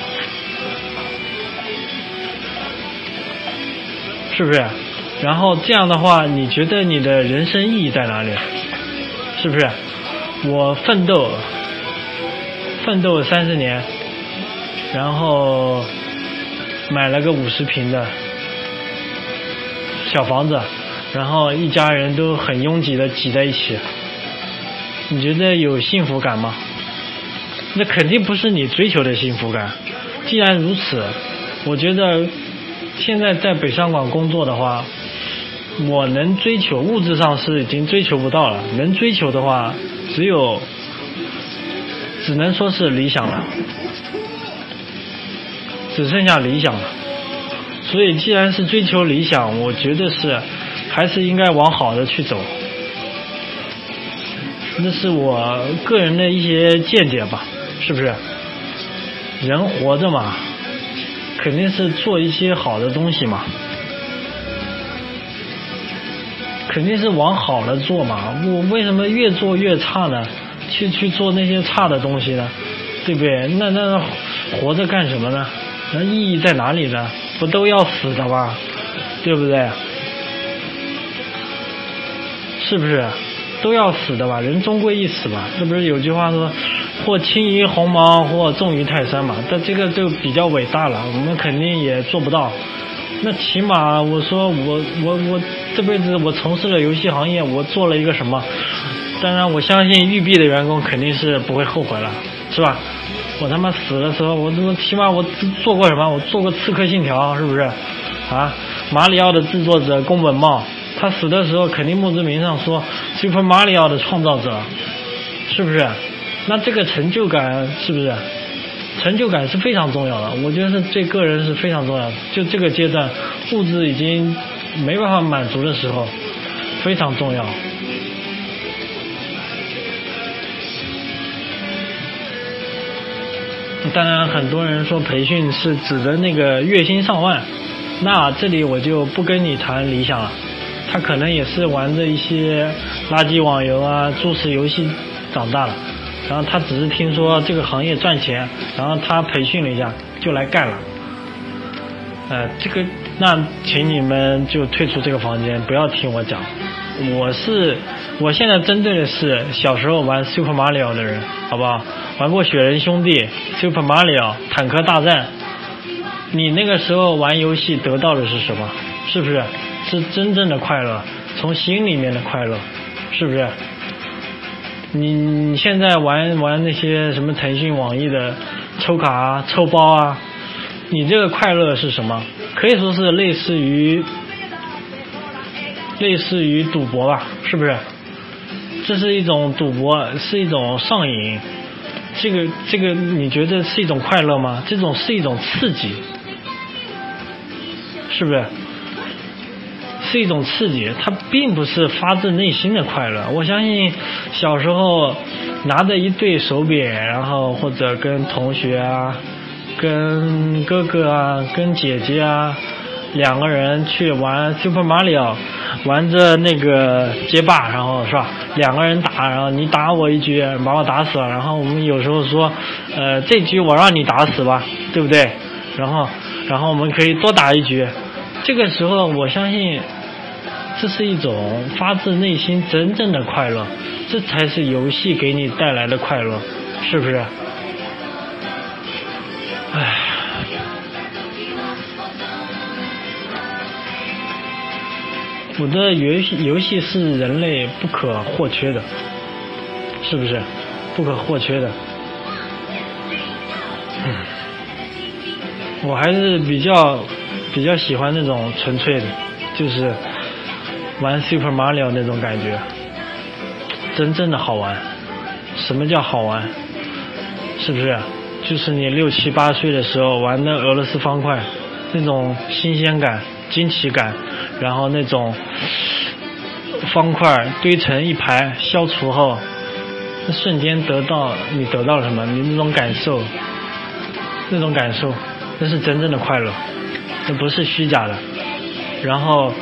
是不是？然后这样的话，你觉得你的人生意义在哪里？是不是？我奋斗30年，然后买了个50平的小房子。然后一家人都很拥挤的挤在一起，你觉得有幸福感吗？那肯定不是你追求的幸福感。既然如此，我觉得现在在北上广工作的话，我能追求物质上是已经追求不到了，能追求的话只能说是理想了，只剩下理想了。所以既然是追求理想，我觉得还是应该往好的去走，那是我个人的一些见解吧，是不是？人活着嘛，肯定是做一些好的东西嘛，肯定是往好了做嘛。我为什么越做越差呢？去做那些差的东西呢？对不对？那活着干什么呢？那意义在哪里呢？不都要死的吗？对不对？是不是都要死的吧？人终归一死吧。这不是有句话说或轻于鸿毛，或重于泰山嘛？但这个就比较伟大了，我们肯定也做不到。那起码我说我这辈子我从事了游戏行业，我做了一个什么？当然我相信育碧的员工肯定是不会后悔了，是吧？我他妈死的时候，我起码我做过什么？我做过刺客信条，是不是？啊，马里奥的制作者宫本茂，他死的时候肯定墓志铭上说 Super Mario 的创造者，是不是？那这个成就感是不是？成就感是非常重要的，我觉得是对个人是非常重要的。就这个阶段，物质已经没办法满足的时候，非常重要。当然，很多人说培训是指的那个月薪上万，那这里我就不跟你谈理想了。他可能也是玩着一些垃圾网游啊、猪食游戏长大了，然后他只是听说这个行业赚钱，然后他培训了一下就来干了。那请你们就退出这个房间，不要听我讲。我现在针对的是小时候玩 Super Mario 的人，好不好？玩过雪人兄弟、Super Mario、坦克大战，你那个时候玩游戏得到的是什么？是不是？是真正的快乐，从心里面的快乐，是不是？你现在玩那些什么腾讯、网易的抽卡啊、抽包啊，你这个快乐是什么？可以说是类似于赌博吧，是不是？这是一种赌博，是一种上瘾。这个你觉得是一种快乐吗？这种是一种刺激，是不是？是一种刺激，它并不是发自内心的快乐。我相信小时候拿着一对手柄，然后或者跟同学啊、跟哥哥啊、跟姐姐啊2个人去玩 Super Mario， 玩着那个街霸，然后是吧？2个人打，然后你打我一局，把我打死了，然后我们有时候说，这局我让你打死吧，对不对？然后我们可以多打一局。这个时候我相信这是一种发自内心真正的快乐，这才是游戏给你带来的快乐，是不是？ 我的游戏是人类不可或缺的，是不是？不可或缺的。我还是比较喜欢那种纯粹的，就是玩 Super Mario 那种感觉，真正的好玩。什么叫好玩？是不是？就是你6、7、8岁的时候玩的俄罗斯方块，那种新鲜感、惊奇感，然后那种方块堆成一排，消除后，那瞬间你得到了什么？你那种感受，那是真正的快乐，那不是虚假的。然后，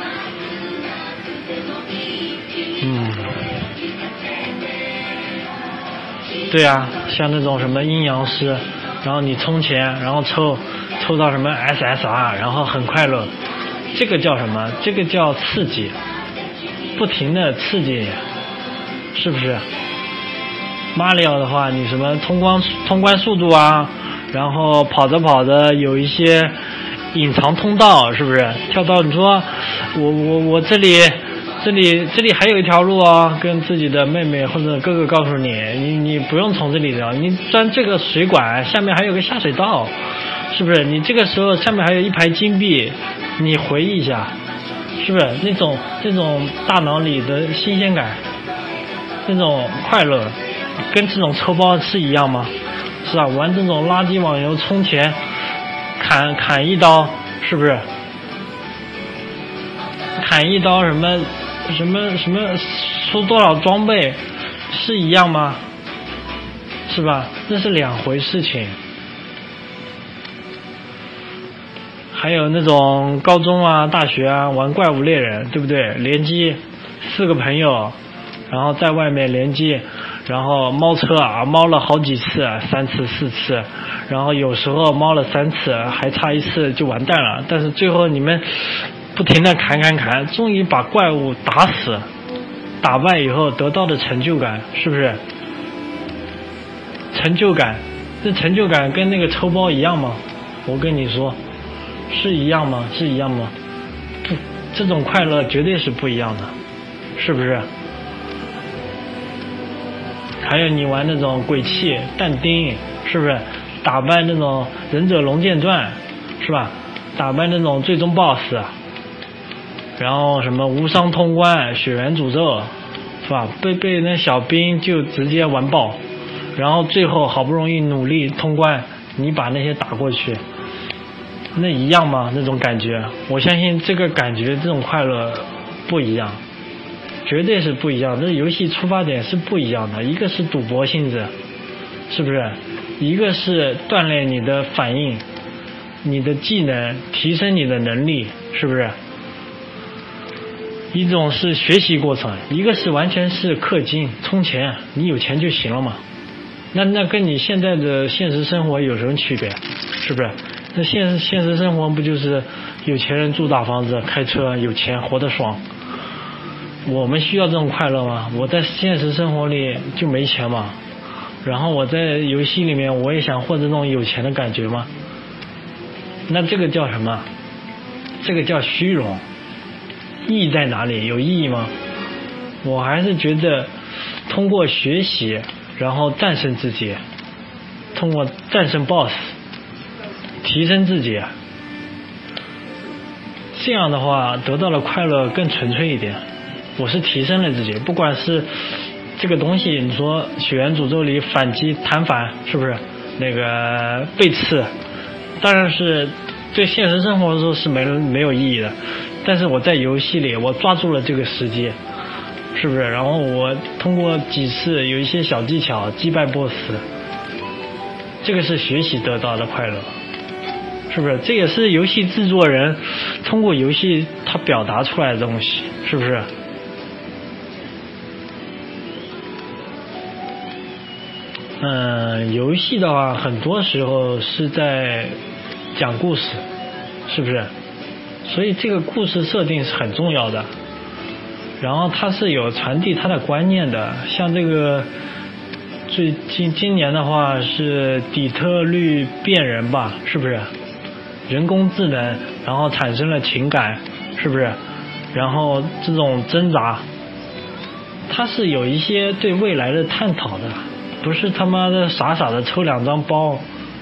对啊，像那种什么阴阳师，然后你充钱，然后抽到什么 SSR， 然后很快乐，这个叫什么？这个叫刺激，不停的刺激你，是不是？Mario 的话，你什么通关速度啊，然后跑着有一些隐藏通道，是不是？跳到你说我这里还有一条路啊，跟自己的妹妹或者哥哥告诉你不用从这里的，你钻这个水管下面还有个下水道，是不是？你这个时候上面还有一排金币，你回忆一下，是不是？那种大脑里的新鲜感，那种快乐，跟这种抽包是一样吗？是吧？玩这种垃圾网游充钱砍一刀，是不是？砍一刀什么出多少装备是一样吗？是吧？那是两回事情。还有那种高中啊大学啊玩怪物猎人，对不对？联机4个朋友，然后在外面联机，然后猫车啊猫了好几次，3次4次，然后有时候猫了3次，还差1次就完蛋了。但是最后你们不停的砍，终于把怪物打死，打败以后得到的成就感，是不是？成就感，这成就感跟那个抽包一样吗？我跟你说，是一样吗？是一样吗？不，这种快乐绝对是不一样的，是不是？还有你玩那种鬼泣、但丁，是不是？打败那种忍者龙剑传，是吧？打败那种最终 BOSS， 然后什么无伤通关、血源诅咒，是吧？被那小兵就直接完爆，然后最后好不容易努力通关，你把那些打过去，那一样吗？那种感觉，我相信这个感觉，这种快乐不一样，绝对是不一样。这游戏出发点是不一样的，一个是赌博性质，是不是？一个是锻炼你的反应、你的技能，提升你的能力，是不是？一种是学习过程，一个是完全是氪金充钱，你有钱就行了嘛。那跟你现在的现实生活有什么区别？是不是？那现实生活不就是有钱人住大房子、开车、有钱、活得爽？我们需要这种快乐吗？我在现实生活里就没钱嘛，然后我在游戏里面我也想获得这种有钱的感觉吗？那这个叫什么？这个叫虚荣。意义在哪里？有意义吗？我还是觉得通过学习然后战胜自己，通过战胜 BOSS 提升自己，这样的话得到的快乐更纯粹一点。我是提升了自己，不管是这个东西，你说血源诅咒里反击弹反，是不是那个背刺，当然是对现实生活中是没有意义的，但是我在游戏里我抓住了这个时机，是不是？然后我通过几次有一些小技巧击败 BOSS， 这个是学习得到的快乐，是不是？这也是游戏制作人通过游戏他表达出来的东西，是不是？游戏的话很多时候是在讲故事，是不是？所以这个故事设定是很重要的，然后它是有传递它的观念的。像这个今年的话是底特律变人吧，是不是？人工智能然后产生了情感，是不是？ 然后这种挣扎，它是有一些对未来的探讨的，不是他妈的傻傻的抽2张包。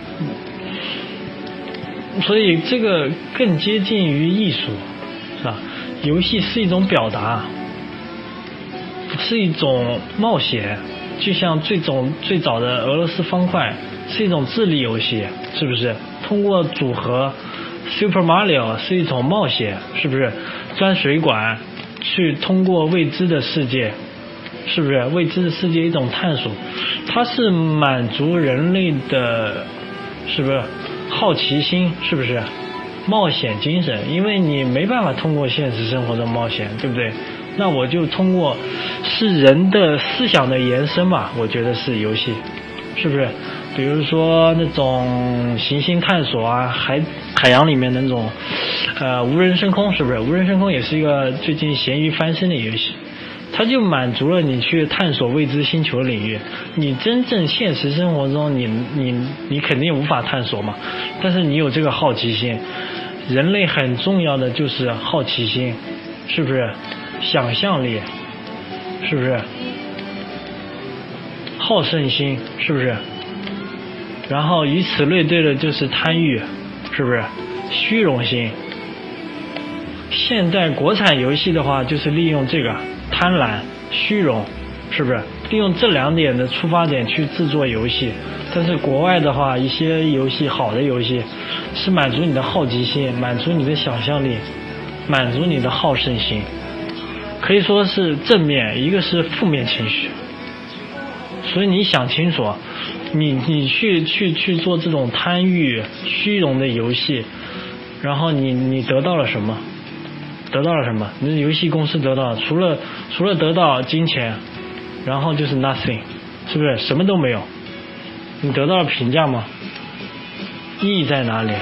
所以这个更接近于艺术，是吧？游戏是一种表达，是一种冒险，就像最早的俄罗斯方块是一种智力游戏，是不是？通过组合 Super Mario 是一种冒险，是不是？钻水管去通过未知的世界，是不是？未知的世界一种探索，它是满足人类的，是不是？好奇心，是不是？冒险精神，因为你没办法通过现实生活中冒险，对不对？那我就通过是人的思想的延伸嘛，我觉得是游戏，是不是？比如说那种行星探索啊，海洋里面的那种无人升空，是不是？无人升空也是一个最近咸鱼翻身的游戏，它就满足了你去探索未知星球领域。你真正现实生活中你肯定无法探索嘛，但是你有这个好奇心，人类很重要的就是好奇心，是不是？想象力，是不是？好胜心，是不是？然后以此类推的就是贪欲，是不是？虚荣心。现在国产游戏的话，就是利用这个贪婪、虚荣，是不是？利用这2点的出发点去制作游戏。但是国外的话，一些游戏好的游戏是满足你的好奇心，满足你的想象力，满足你的好胜心，可以说是正面，一个是负面情绪。所以你想清楚，你去做这种贪欲、虚荣的游戏，然后你得到了什么？得到了什么？你的游戏公司得到了除了得到金钱，然后就是 nothing， 是不是？什么都没有。你得到了评价吗？意义在哪里？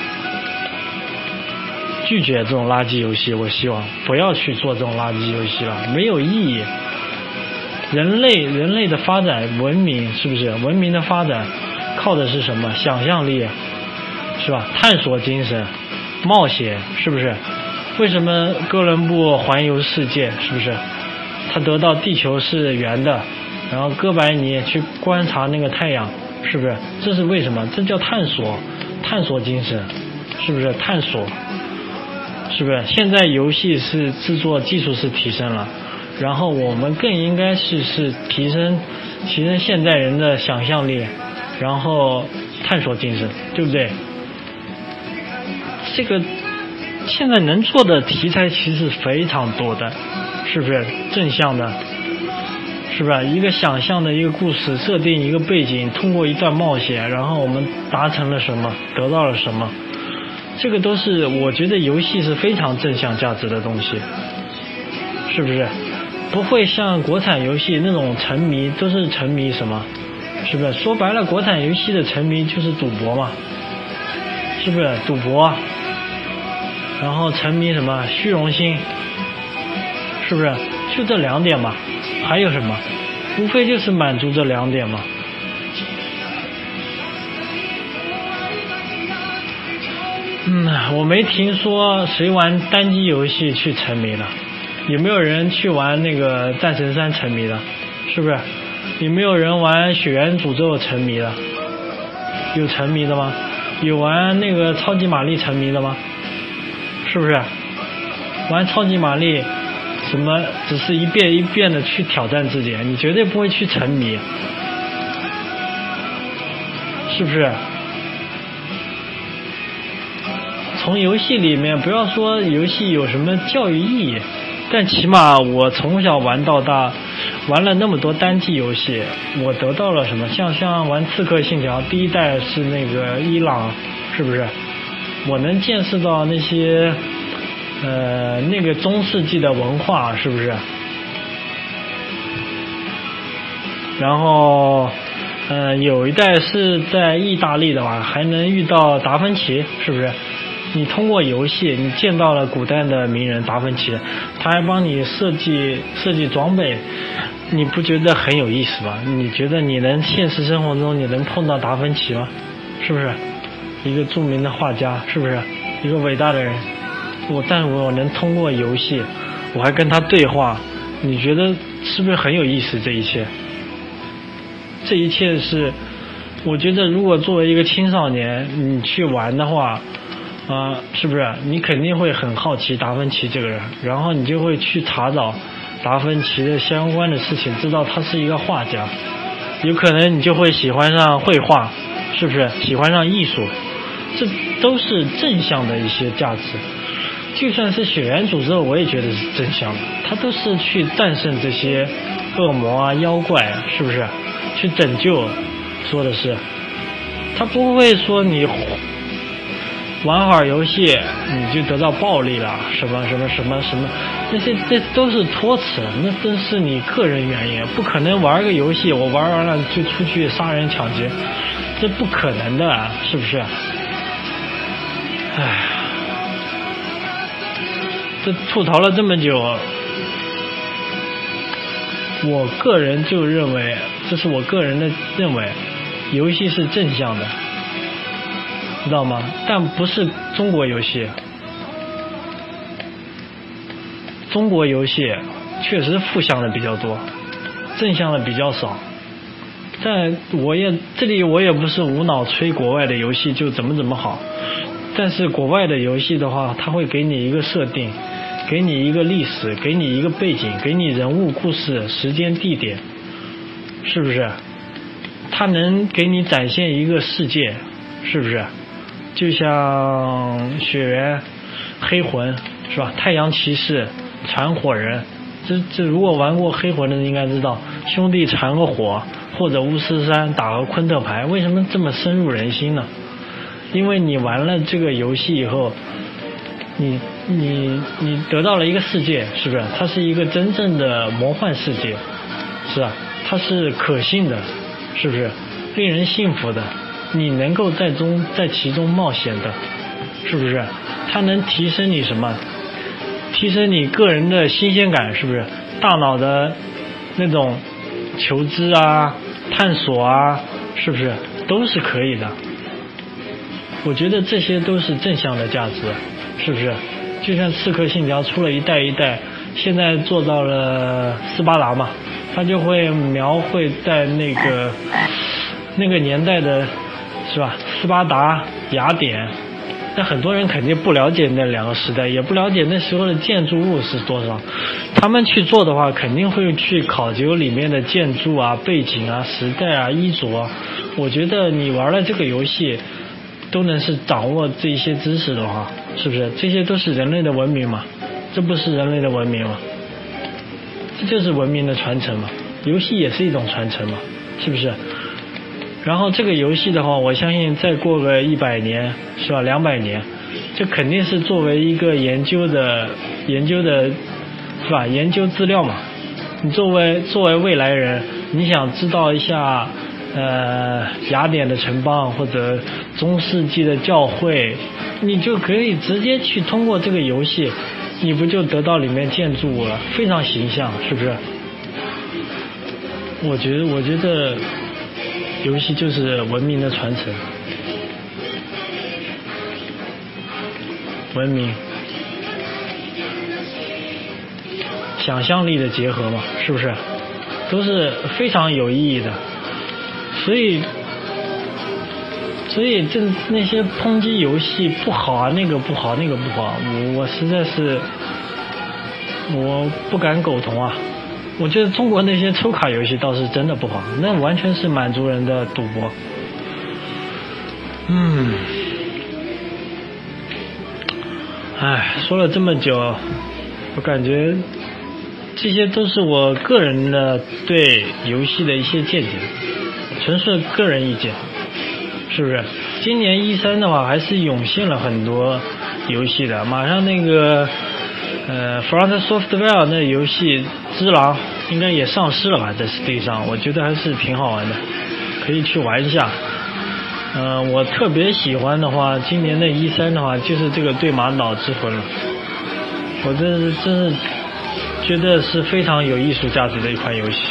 拒绝这种垃圾游戏，我希望不要去做这种垃圾游戏了，没有意义。人类的发展，文明，是不是？文明的发展靠的是什么？想象力，是吧？探索精神，冒险，是不是？为什么哥伦布环游世界？是不是？他得到地球是圆的，然后哥白尼去观察那个太阳，是不是？这是为什么？这叫探索，探索精神，是不是？探索，是不是？现在游戏是制作技术是提升了，然后我们更应该是提升现代人的想象力，然后探索精神，对不对？这个现在能做的题材其实非常多的，是不是？正向的，是吧？一个想象的一个故事设定，一个背景，通过一段冒险，然后我们达成了什么，得到了什么，这个都是我觉得游戏是非常正向价值的东西，是不是？不会像国产游戏那种沉迷，都是沉迷什么，是不是？说白了，国产游戏的沉迷就是赌博嘛，是不是？赌博，然后沉迷什么？虚荣心，是不是？就这2点嘛，还有什么？无非就是满足这2点嘛。我没听说谁玩单机游戏去沉迷了，有没有人去玩那个战神3沉迷了？是不是？有没有人玩血缘诅咒沉迷了？有沉迷的吗？有玩那个超级玛丽沉迷的吗？是不是？玩超级玛丽什么只是一遍一遍的去挑战自己，你绝对不会去沉迷，是不是？从游戏里面，不要说游戏有什么教育意义，但起码我从小玩到大，玩了那么多单机游戏，我得到了什么？像玩刺客信条第1代是那个伊朗，是不是？我能见识到那些那个中世纪的文化，是不是？然后有一代是在意大利的话，还能遇到达芬奇，是不是？你通过游戏，你见到了古代的名人达芬奇，他还帮你设计装备，你不觉得很有意思吗？你觉得你能现实生活中你能碰到达芬奇吗？是不是？一个著名的画家，是不是？一个伟大的人， 但是我能通过游戏，我还跟他对话，你觉得是不是很有意思？这一切是，我觉得如果作为一个青少年你去玩的话，是不是你肯定会很好奇达芬奇这个人，然后你就会去查找达芬奇的相关的事情，知道他是一个画家，有可能你就会喜欢上绘画，是不是喜欢上艺术，这都是正向的一些价值。就算是血缘诅咒，我也觉得是正向的，他都是去战胜这些恶魔啊妖怪啊，是不是去拯救，说的是他不会说你玩会儿游戏你就得到暴力了，什么，这都是托词，那真是你个人原因，不可能玩个游戏我玩完了就出去杀人抢劫，这不可能的，是不是？唉，这吐槽了这么久，我个人就认为，这是我个人的认为，游戏是正向的，知道吗？但不是中国游戏，中国游戏确实负向的比较多，正向的比较少。但我也不是无脑吹国外的游戏就怎么好，但是国外的游戏的话，它会给你一个设定，给你一个历史，给你一个背景，给你人物故事时间地点，是不是？它能给你展现一个世界，是不是？就像血缘黑魂是吧，太阳骑士传火人，这如果玩过黑魂的人应该知道，兄弟传个火，或者巫师三打个昆特牌，为什么这么深入人心呢？因为你玩了这个游戏以后，你得到了一个世界，是不是？它是一个真正的魔幻世界，是吧？它是可信的，是不是？令人信服的，你能够在其中冒险的，是不是？它能提升你什么？提升你个人的新鲜感，是不是？大脑的那种求知啊、探索啊，是不是都是可以的？我觉得这些都是正向的价值，是不是？就像刺客信条出了一代，现在做到了斯巴达嘛，它就会描绘在那个年代的，是吧？斯巴达、雅典，那很多人肯定不了解那两个时代，也不了解那时候的建筑物是多少。他们去做的话，肯定会去考究里面的建筑啊、背景啊、时代啊、衣着啊。我觉得你玩了这个游戏，都能是掌握这些知识的话，是不是？这些都是人类的文明嘛？这不是人类的文明吗？这就是文明的传承嘛。游戏也是一种传承嘛，是不是？然后这个游戏的话，我相信再过个100年，是吧？200年，这肯定是作为一个研究的，是吧？研究资料嘛。你作为未来人，你想知道一下，雅典的城邦或者中世纪的教会，你就可以直接去通过这个游戏，你不就得到里面建筑物了？非常形象，是不是？我觉得游戏就是文明的传承，文明想象力的结合嘛，是不是？都是非常有意义的。所以那些抨击游戏不好啊，那个不好，我实在是我不敢苟同啊。我觉得中国那些抽卡游戏倒是真的不好，那完全是满族人的赌博。说了这么久，我感觉这些都是我个人的对游戏的一些见解，纯粹个人意见，是不是？今年E3的话还是涌现了很多游戏的，马上那个Front Software 那游戏《只狼》应该也上市了吧，在 Steam 上，我觉得还是挺好玩的，可以去玩一下。我特别喜欢的话，今年的E3的话，就是这个《对马岛之魂》了。我真是觉得是非常有艺术价值的一款游戏。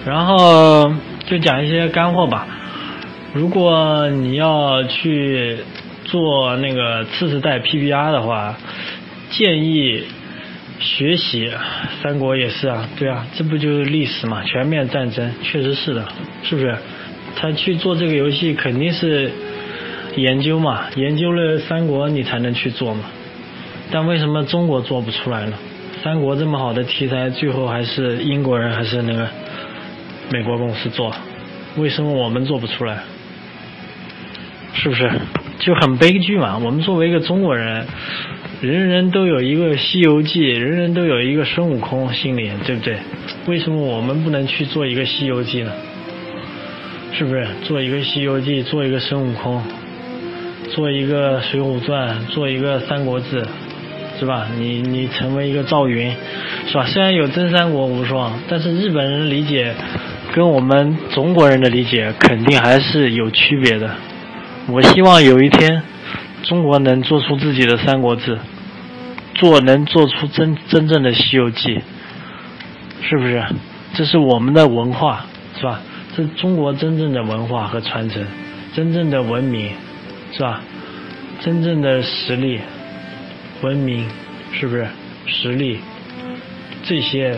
然后就讲一些干货吧。如果你要去做那个次世代 PBR 的话，建议学习三国也是啊，对啊，这不就是历史嘛，全面战争，确实是的，是不是？他去做这个游戏肯定是研究嘛，研究了三国你才能去做嘛。但为什么中国做不出来呢？三国这么好的题材，最后还是英国人还是那个美国公司做，为什么我们做不出来？是不是？就很悲剧嘛。我们作为一个中国人，人人都有一个西游记，人人都有一个孙悟空心里，对不对？为什么我们不能去做一个西游记呢？是不是？做一个西游记，做一个孙悟空，做一个水浒传，做一个三国志，是吧？你成为一个赵云，是吧？虽然有真三国无双，但是日本人理解跟我们中国人的理解肯定还是有区别的。我希望有一天中国能做出自己的三国志，能做出真正的西游记，是不是？这是我们的文化，是吧？这是中国真正的文化和传承，真正的文明，是吧？真正的实力，文明，是不是？实力，这些，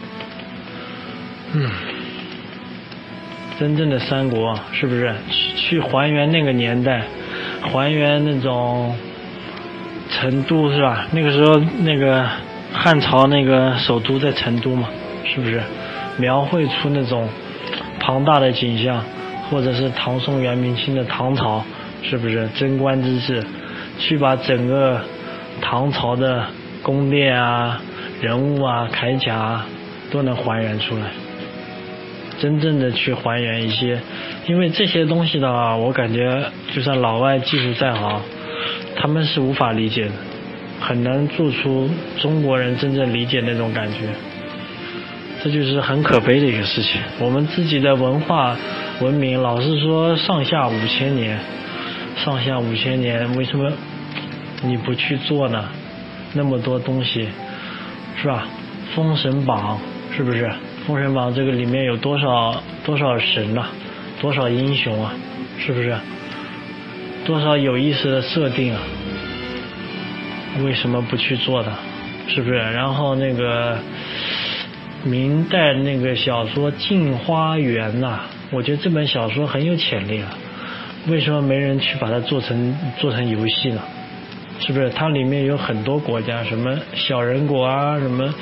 真正的三国，是不是？去还原那个年代，还原那种成都，是吧？那个时候那个汉朝那个首都在成都嘛，是不是？描绘出那种庞大的景象，或者是唐宋元明清的唐朝，是不是？贞观之治，去把整个唐朝的宫殿啊、人物啊、铠甲啊都能还原出来，真正的去还原一些。因为这些东西的话，我感觉就算老外技术再好，他们是无法理解的，很难做出中国人真正理解那种感觉。这就是很可悲的一个事情。我们自己的文化文明老是说上下5000年，为什么你不去做呢？那么多东西，是吧？封神榜，是不是？封神榜这个里面有多少神啊，多少英雄啊，是不是？多少有意思的设定啊，为什么不去做的？是不是？然后那个明代那个小说《镜花缘》呐，我觉得这本小说很有潜力啊，为什么没人去把它做成游戏呢？是不是？它里面有很多国家，什么小人国啊，什么，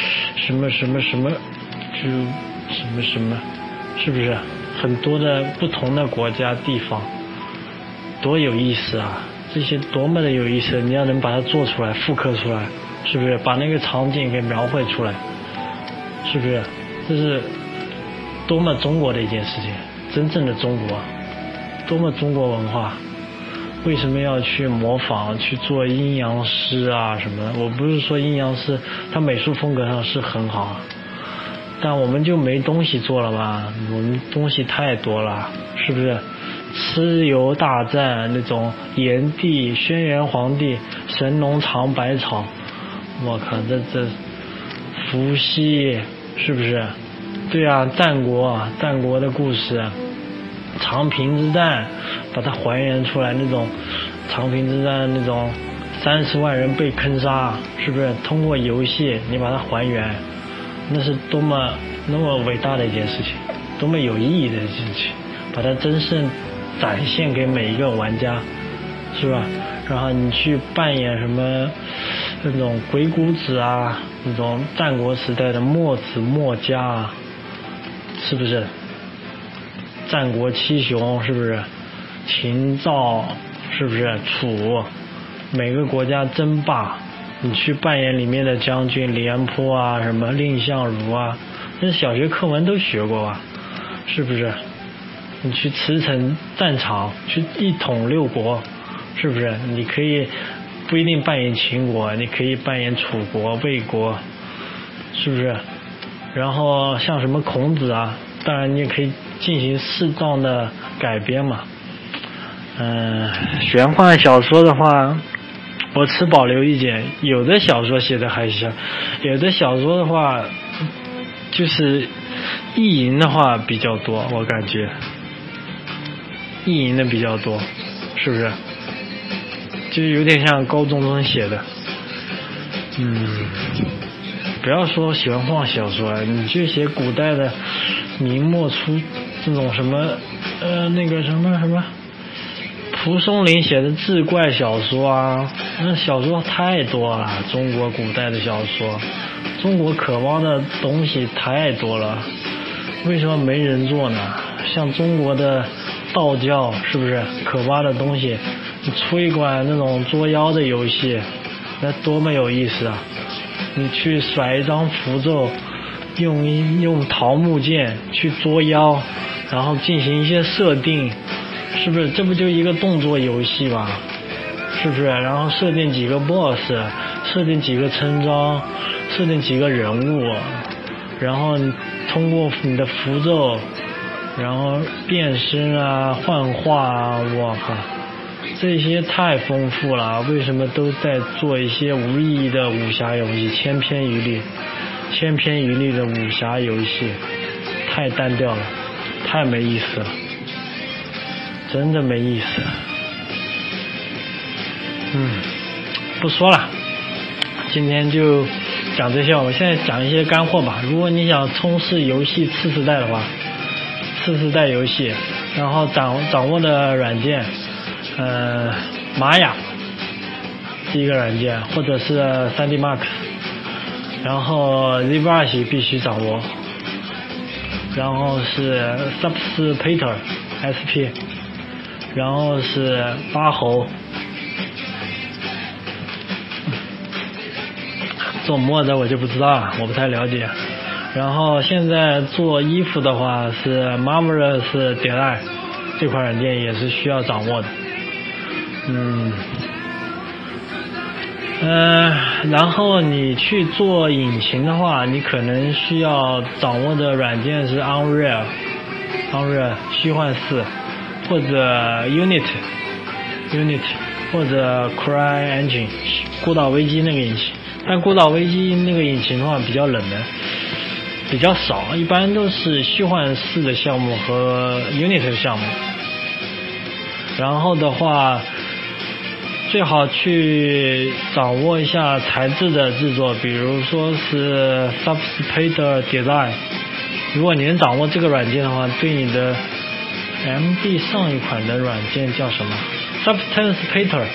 就什么，是不是？很多的不同的国家地方，多有意思啊！这些多么的有意思，你要能把它做出来，复刻出来，是不是？把那个场景给描绘出来，是不是？这是多么中国的一件事情，真正的中国，多么中国文化。为什么要去模仿去做阴阳师啊什么的？我不是说阴阳师他美术风格上是很好，但我们就没东西做了吧？我们东西太多了，是不是？蚩尤大战那种炎帝、轩辕皇帝、神农尝百草，我靠，这伏羲，是不是？对啊，战国的故事，长平之战，把它还原出来，那种长平之战那种30万人被坑杀，是不是？通过游戏你把它还原，那是多么伟大的一件事情，多么有意义的事情，把它真正展现给每一个玩家，是吧？然后你去扮演什么那种鬼谷子啊，那种战国时代的墨子墨家啊，是不是？战国七雄，是不是？秦赵，是不是？楚，每个国家争霸，你去扮演里面的将军廉颇啊，什么蔺相如啊，这小学课文都学过吧？是不是？你去驰骋战场，去一统六国，是不是？你可以不一定扮演秦国，你可以扮演楚国、魏国，是不是？然后像什么孔子啊，当然你也可以进行适当的改编嘛。玄幻小说的话，我持保留意见，有的小说写的还行，有的小说的话就是意淫的话比较多，我感觉意淫的比较多，是不是？就有点像高中生写的。不要说喜欢晃小说了，你去写古代的明末初这种什么那个什么蒲松龄写的志怪小说啊，那小说太多了，中国古代的小说，中国渴望的东西太多了，为什么没人做呢？像中国的道教是不是渴望的东西，你出一款那种捉妖的游戏，那多么有意思啊！你去甩一张符咒，用桃木剑去捉妖，然后进行一些设定，是不是？这不就一个动作游戏吗？是不是？然后设定几个 boss， 设定几个村庄，设定几个人物，然后通过你的符咒，然后变身啊、幻化啊，我靠！这些太丰富了，为什么都在做一些无意义的武侠游戏，千篇一律的武侠游戏，太单调了，太没意思了，真的没意思。不说了，今天就讲这些，我现在讲一些干货吧。如果你想从事游戏次世代的话，次世代游戏，然后掌握的软件。玛雅第一个软件，或者是 3D Max， 然后 ZBrush 必须掌握，然后是 Subspater SP， 然后是八猴。做墨的我就不知道了，我不太了解。然后现在做衣服的话是 Marvelous Design， 这款软件也是需要掌握的。然后你去做引擎的话，你可能需要掌握的软件是 Unreal 虚幻4，或者 Unity 或者 CryEngine 孤岛危机那个引擎。但孤岛危机那个引擎的话比较冷门，比较少，一般都是虚幻4的项目和 Unity 的项目。然后的话最好去掌握一下材质的制作，比如说是 Subspater Design， 如果你能掌握这个软件的话，对你的 MD 上一款的软件叫什么 Subspater，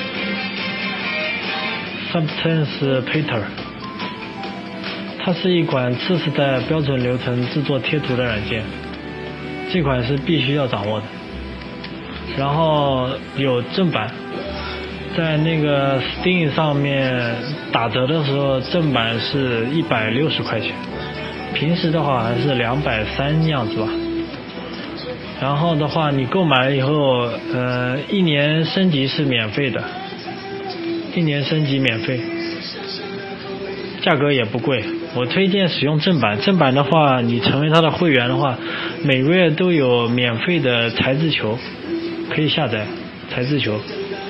它是一款次世代标准流程制作贴图的软件，这款是必须要掌握的。然后有正版，在那个 Steam 上面打折的时候，正版是160块钱，平时的话还是230样子吧。然后的话，你购买了以后，1年升级是免费的，1年升级免费，价格也不贵。我推荐使用正版，正版的话，你成为它的会员的话，每个月都有免费的材质球可以下载，材质球。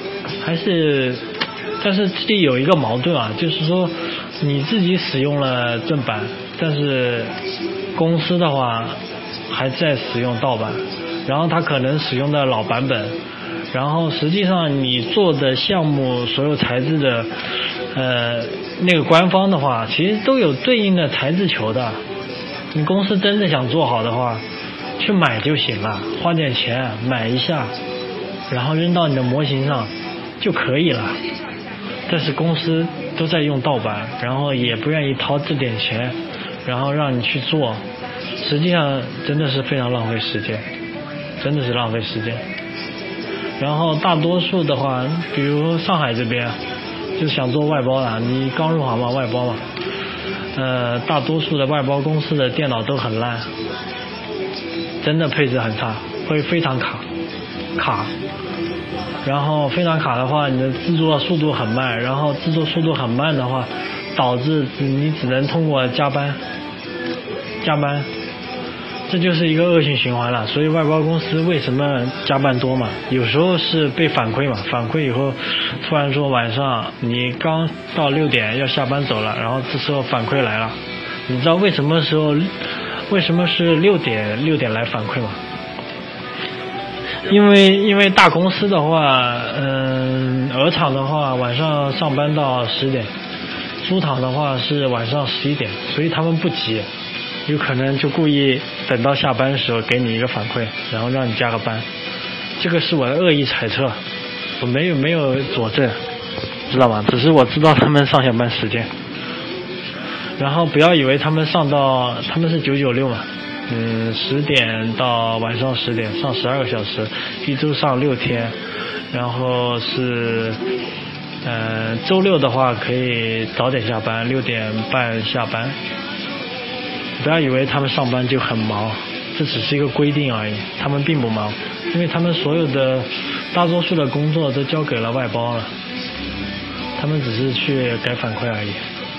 但是这里有一个矛盾啊，就是说你自己使用了正版，但是公司的话还在使用盗版，然后他可能使用的老版本，然后实际上你做的项目所有材质的那个官方的话，其实都有对应的材质球的。你公司真的想做好的话，去买就行了，花点钱买一下，然后扔到你的模型上就可以了。但是公司都在用盗版，然后也不愿意掏这点钱，然后让你去做，实际上真的是非常浪费时间，真的是浪费时间。然后大多数的话，比如上海这边就想做外包的，你刚入行嘛，外包嘛，大多数的外包公司的电脑都很烂，真的配置很差，会非常卡。然后非常卡的话，你的制作速度很慢，然后制作速度很慢的话，导致你只能通过加班，这就是一个恶性循环了。所以外包公司为什么加班多嘛？有时候是被反馈嘛，反馈以后突然说晚上你刚到6点要下班走了，然后这时候反馈来了，你知道为什么时候为什么是6点来反馈嘛？因为大公司的话，鹅厂的话晚上上班到10点，猪场的话是晚上11点，所以他们不急，有可能就故意等到下班的时候给你一个反馈，然后让你加个班。这个是我的恶意揣测，我没有佐证，知道吗？只是我知道他们上下班时间。然后不要以为他们是996嘛，10点到晚上10点，上12个小时，一周上6天，然后是周六的话可以早点下班，6点半下班。不要以为他们上班就很忙，这只是一个规定而已，他们并不忙，因为他们所有的大多数的工作都交给了外包了，他们只是去改反馈而已。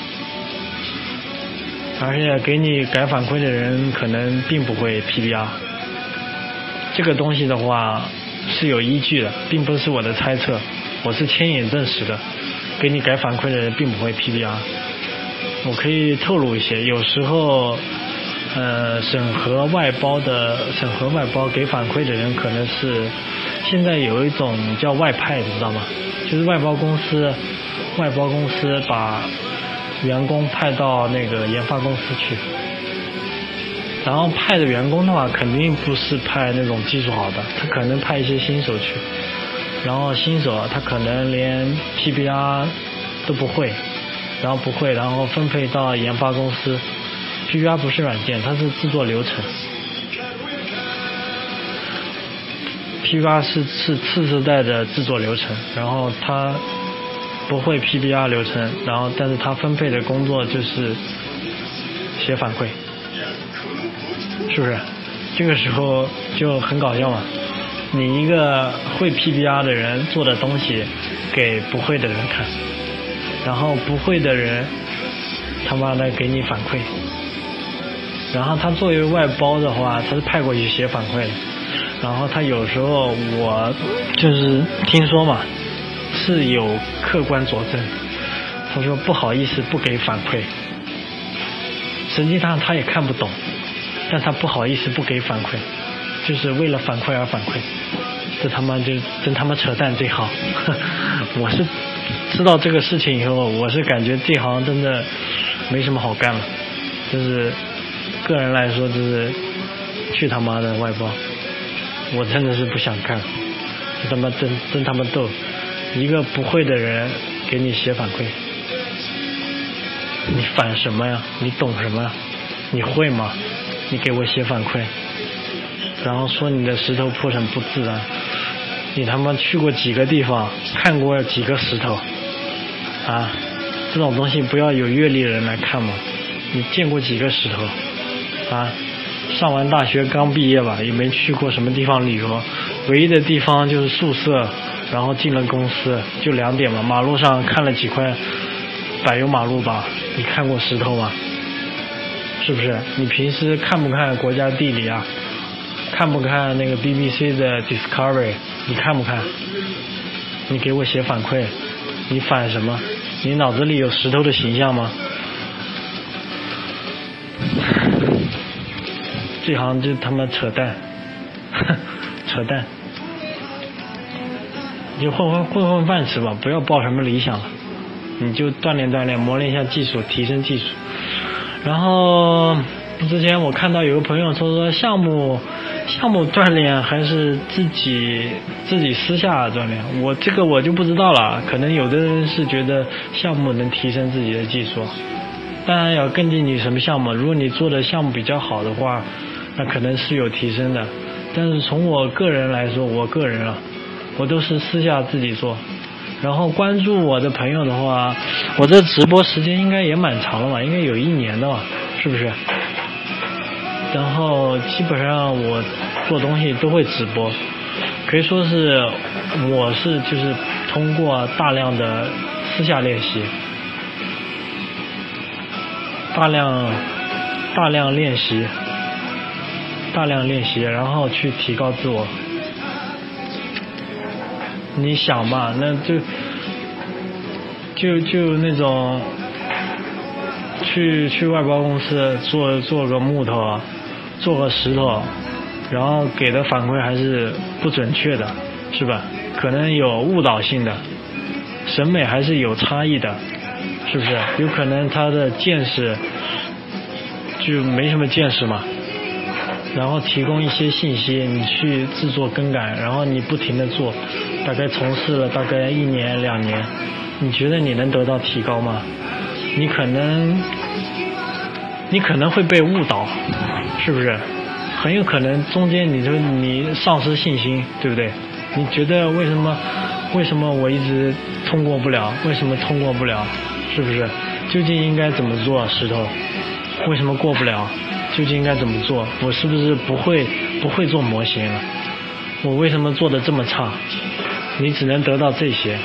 而且给你改反馈的人可能并不会 PBR， 这个东西的话是有依据的，并不是我的猜测，我是亲眼证实的。给你改反馈的人并不会 PBR。我可以透露一些，有时候审核外包给反馈的人可能是现在有一种叫外派，你知道吗？就是外包公司把员工派到那个研发公司去，然后派的员工的话肯定不是派那种技术好的，他可能派一些新手去，然后新手他可能连 PBR 都不会，然后分配到研发公司。PBR 不是软件，它是制作流程。PBR 是次世代的制作流程，然后它不会 PBR 流程，然后但是他分配的工作就是写反馈，是不是？这个时候就很搞笑嘛，你一个会 PBR 的人做的东西给不会的人看，然后不会的人他妈的给你反馈，然后他作为外包的话他是派过去写反馈的，然后他有时候我就是听说嘛是有客观佐证，他说不好意思不给反馈，实际上他也看不懂，但他不好意思不给反馈，就是为了反馈而反馈，这他妈就真他妈扯淡这行。我是知道这个事情以后，我是感觉这行真的没什么好干了，就是个人来说就是去他妈的外包，我真的是不想干，就他妈真他妈逗。一个不会的人给你写反馈，你反什么呀？你懂什么呀？你会吗？你给我写反馈，然后说你的石头铺成不自然，你他妈去过几个地方，看过几个石头啊？这种东西不要有阅历的人来看吗？你见过几个石头啊？上完大学刚毕业吧，也没去过什么地方旅游，唯一的地方就是宿舍，然后进了公司，就2点嘛，马路上看了几块柏油马路吧，你看过石头吗？是不是？你平时看不看国家地理啊？看不看那个 BBC 的 Discovery？ 你看不看？你给我写反馈，你反什么？你脑子里有石头的形象吗？这行就他妈扯淡，扯淡！你就混饭吃吧，不要抱什么理想了，你就锻炼，磨练一下技术，提升技术。然后之前我看到有个朋友说项目锻炼还是自己私下锻炼，我就不知道了，可能有的人是觉得项目能提升自己的技术，当然要根据你什么项目，如果你做的项目比较好的话，那可能是有提升的，但是从我个人来说，我都是私下自己做。然后关注我的朋友的话，我这直播时间应该也蛮长了嘛，应该有1年的嘛，是不是？然后基本上我做东西都会直播，可以说是我是就是通过大量的私下练习，大量练习，然后去提高自我。你想吧，那就那种去外包公司做个木头啊， 做个石头，然后给的反馈还是不准确的，是吧？可能有误导性的，审美还是有差异的，是不是？有可能他的见识就没什么见识嘛，然后提供一些信息，你去制作更改，然后你不停的做，大概从事了大概1年2年，你觉得你能得到提高吗？你可能会被误导，是不是？很有可能中间你丧失信心，对不对？你觉得为什么我一直通过不了？为什么通过不了？是不是？究竟应该怎么做？石头为什么过不了？究竟应该怎么做？我是不是不会做模型了？我为什么做的这么差？你只能得到这些。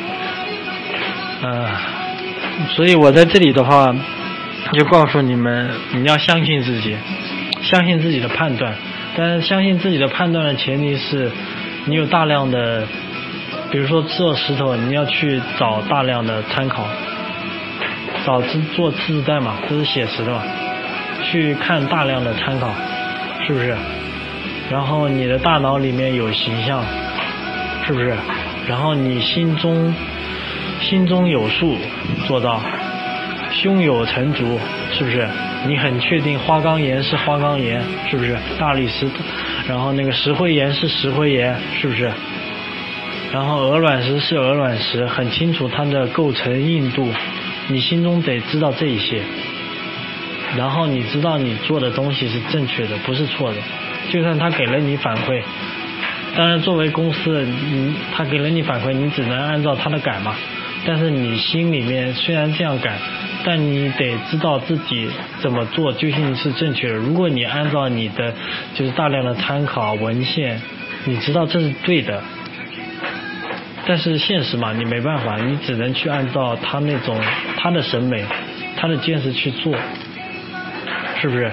所以我在这里的话就告诉你们，你要相信自己，相信自己的判断。但是相信自己的判断的前提是你有大量的，比如说做石头，你要去找大量的参考，做字带嘛，这是写实的嘛，去看大量的参考，是不是？然后你的大脑里面有形象，是不是？然后你心中有数，做到胸有成竹，是不是？你很确定花岗岩是花岗岩，是不是？大理石，然后那个石灰岩是石灰岩，是不是？然后鹅卵石是鹅卵石，很清楚它的构成硬度，你心中得知道这一些，然后你知道你做的东西是正确的，不是错的。就算他给了你反馈，当然作为公司他给了你反馈，你只能按照他的改嘛。但是你心里面虽然这样改，但你得知道自己怎么做究竟是正确的。如果你按照你的就是大量的参考文献，你知道这是对的，但是现实嘛，你没办法，你只能去按照他那种他的审美他的见识去做，是不是？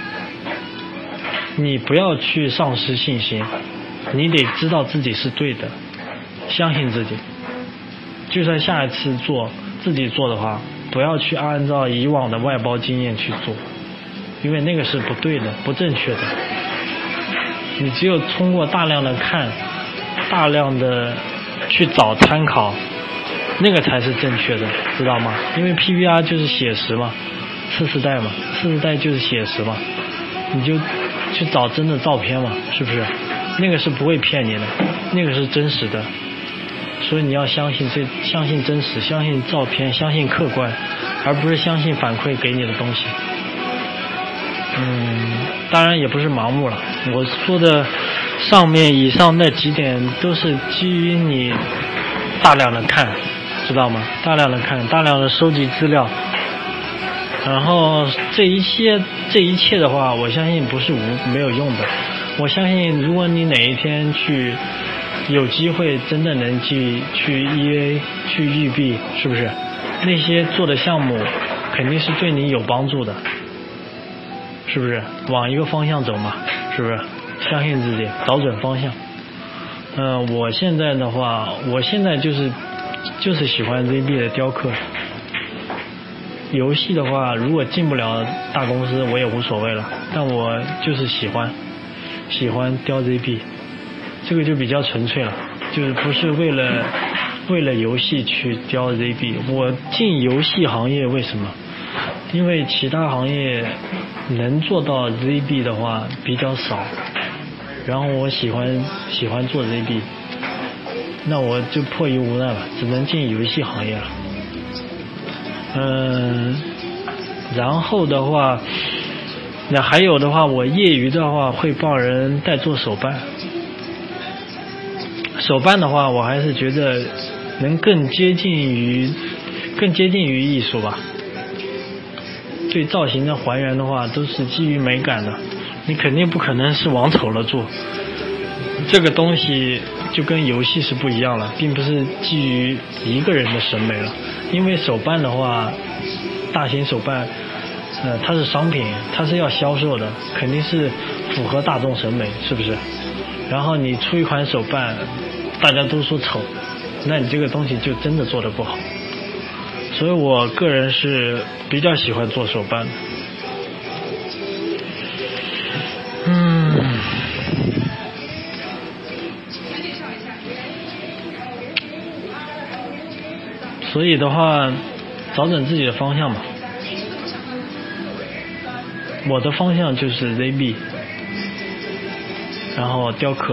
你不要去丧失信心，你得知道自己是对的，相信自己。就算下一次自己做的话，不要去按照以往的外包经验去做，因为那个是不对的，不正确的。你只有通过大量的看，大量的去找参考，那个才是正确的，知道吗？因为 PBR 就是写实嘛，4:4代嘛，4:4代就是写实嘛，你就去找真的照片嘛，是不是？那个是不会骗你的，那个是真实的。所以你要相信真实，相信照片，相信客观，而不是相信反馈给你的东西。当然也不是盲目了，我说的以上那几点都是基于你大量的看，知道吗？大量的看，大量的收集资料，然后这一切的话，我相信不是没有用的。我相信如果你哪一天有机会真的能去 EA 去育碧，是不是？那些做的项目肯定是对你有帮助的，是不是？往一个方向走嘛，是不是？相信自己，找准方向。我现在的话，就是喜欢 ZB 的雕刻。游戏的话，如果进不了大公司，我也无所谓了。但我就是喜欢雕 ZB。这个就比较纯粹了，就是不是为了游戏去雕 ZB。我进游戏行业为什么？因为其他行业能做到 ZB 的话比较少，然后我喜欢做 ZB， 那我就迫于无奈了，只能进游戏行业了。然后的话，那还有的话，我业余的话会帮人代做手办。手办的话，我还是觉得能更接近于艺术吧。对造型的还原的话，都是基于美感的，你肯定不可能是往丑了做。这个东西就跟游戏是不一样了，并不是基于一个人的审美了。因为手办的话，大型手办，它是商品，它是要销售的，肯定是符合大众审美，是不是？然后你出一款手办，大家都说丑，那你这个东西就真的做得不好。所以我个人是比较喜欢做手办的。 所以的话，找准自己的方向吧。我的方向就是 ZB， 然后雕刻，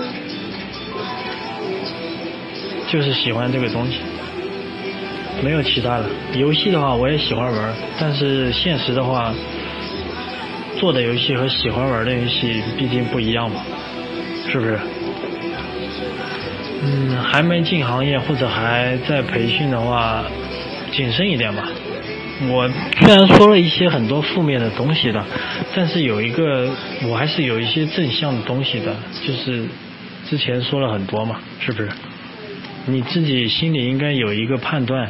就是喜欢这个东西，没有其他的。游戏的话我也喜欢玩，但是现实的话，做的游戏和喜欢玩的游戏毕竟不一样嘛，是不是？还没进行业或者还在培训的话，谨慎一点吧。我虽然说了一些很多负面的东西的，但是有一个我还是有一些正向的东西的，就是之前说了很多嘛，是不是？你自己心里应该有一个判断。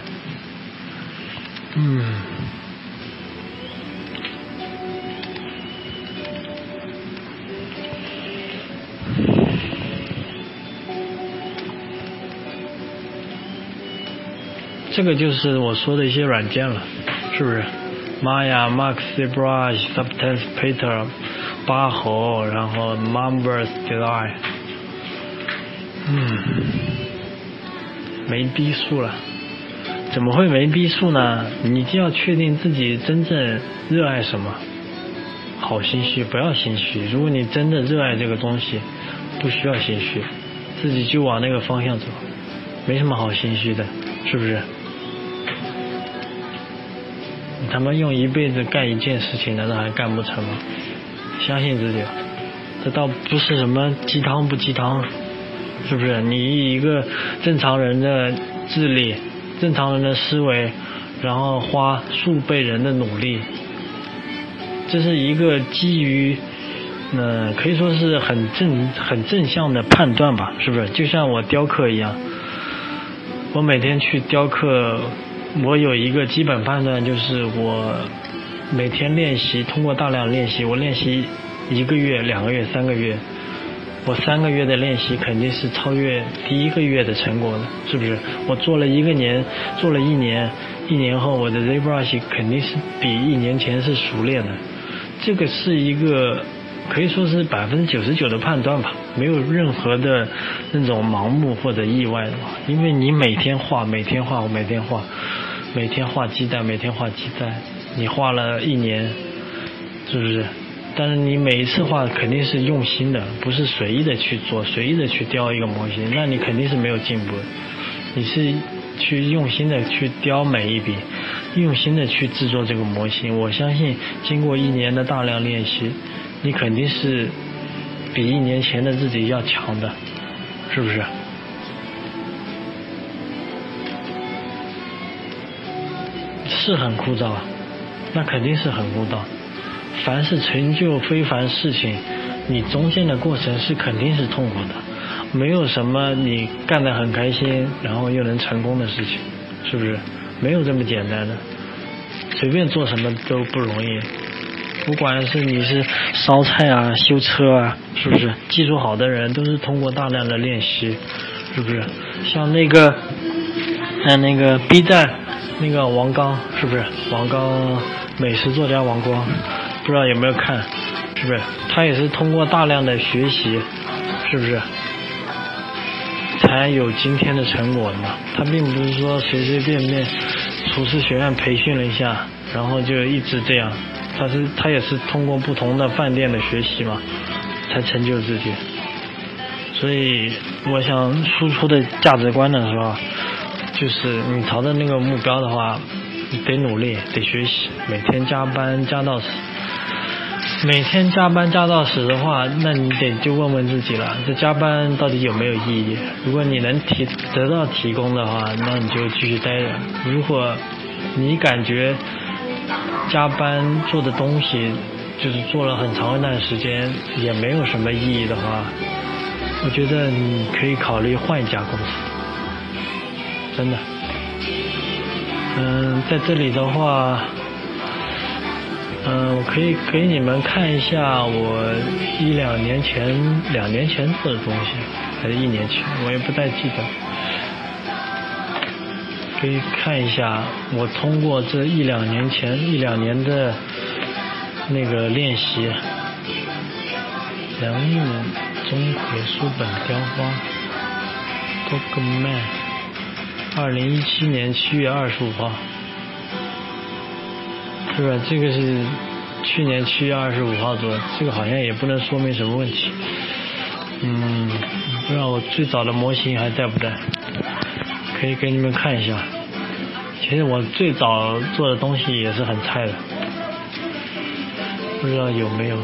这个就是我说的一些软件了，是不是 ？Maya、Maxibrush、Substance Painter、八猴，然后 Numbers Design， 没逼数了。怎么会没逼数呢？你就要确定自己真正热爱什么。好心虚，不要心虚。如果你真的热爱这个东西，不需要心虚，自己就往那个方向走，没什么好心虚的，是不是？你他妈用一辈子干一件事情，难道还干不成吗？相信自己吧，这倒不是什么鸡汤不鸡汤，是不是？你以一个正常人的智力、正常人的思维，然后花数倍人的努力，这是一个基于可以说是很正向的判断吧，是不是？就像我雕刻一样，我每天去雕刻，我有一个基本判断，就是我每天练习，通过大量练习，我练习1个月、2个月、3个月，我3个月的练习肯定是超越第1个月的成果的，是不是？我做了1年，做了1年，1年后我的 ZBrush 肯定是比1年前是熟练的，这个是一个可以说是99%的判断吧，没有任何的那种盲目或者意外的嘛，因为你每天画，每天画鸡蛋，每天画鸡蛋，你画了1年，是不是？但是你每一次画肯定是用心的，不是随意的去做，随意的去雕一个模型，那你肯定是没有进步的。你是去用心的去雕每一笔，用心的去制作这个模型，我相信经过1年的大量练习，你肯定是比1年前的自己要强的，是不是？是很枯燥，那肯定是很枯燥。凡是成就非凡事情，你中间的过程是肯定是痛苦的，没有什么你干得很开心然后又能成功的事情，是不是？没有这么简单的，随便做什么都不容易，不管是你是烧菜啊、修车啊，是不是？技术好的人都是通过大量的练习，是不是？像那个 B 站那个王刚，是不是？王刚美食作家王刚，不知道有没有看，是不是？他也是通过大量的学习，是不是？才有今天的成果的嘛。他并不是说随随便便厨师学院培训了一下，然后就一直这样。他也是通过不同的饭店的学习嘛，才成就自己。所以我想输出的价值观的时候，就是你朝着那个目标的话，你得努力，得学习，每天加班加到死。每天加班加到死的话，那你得就问问自己了，这加班到底有没有意义？如果你能得到提供的话，那你就继续待着。如果你感觉加班做的东西就是做了很长一段时间也没有什么意义的话，我觉得你可以考虑换一家公司，真的。在这里的话，我可以给你们看一下我2年前做的东西，还是1年前，我也不太记得。可以看一下我通过这1、2年的那个练习。梁玉钟馗书本雕花 Pokemon 2017年7月25号，是吧？这个是去年7月25号做的，这个好像也不能说明什么问题。不知道我最早的模型还在不在，可以给你们看一下。其实我最早做的东西也是很菜的，不知道有没有。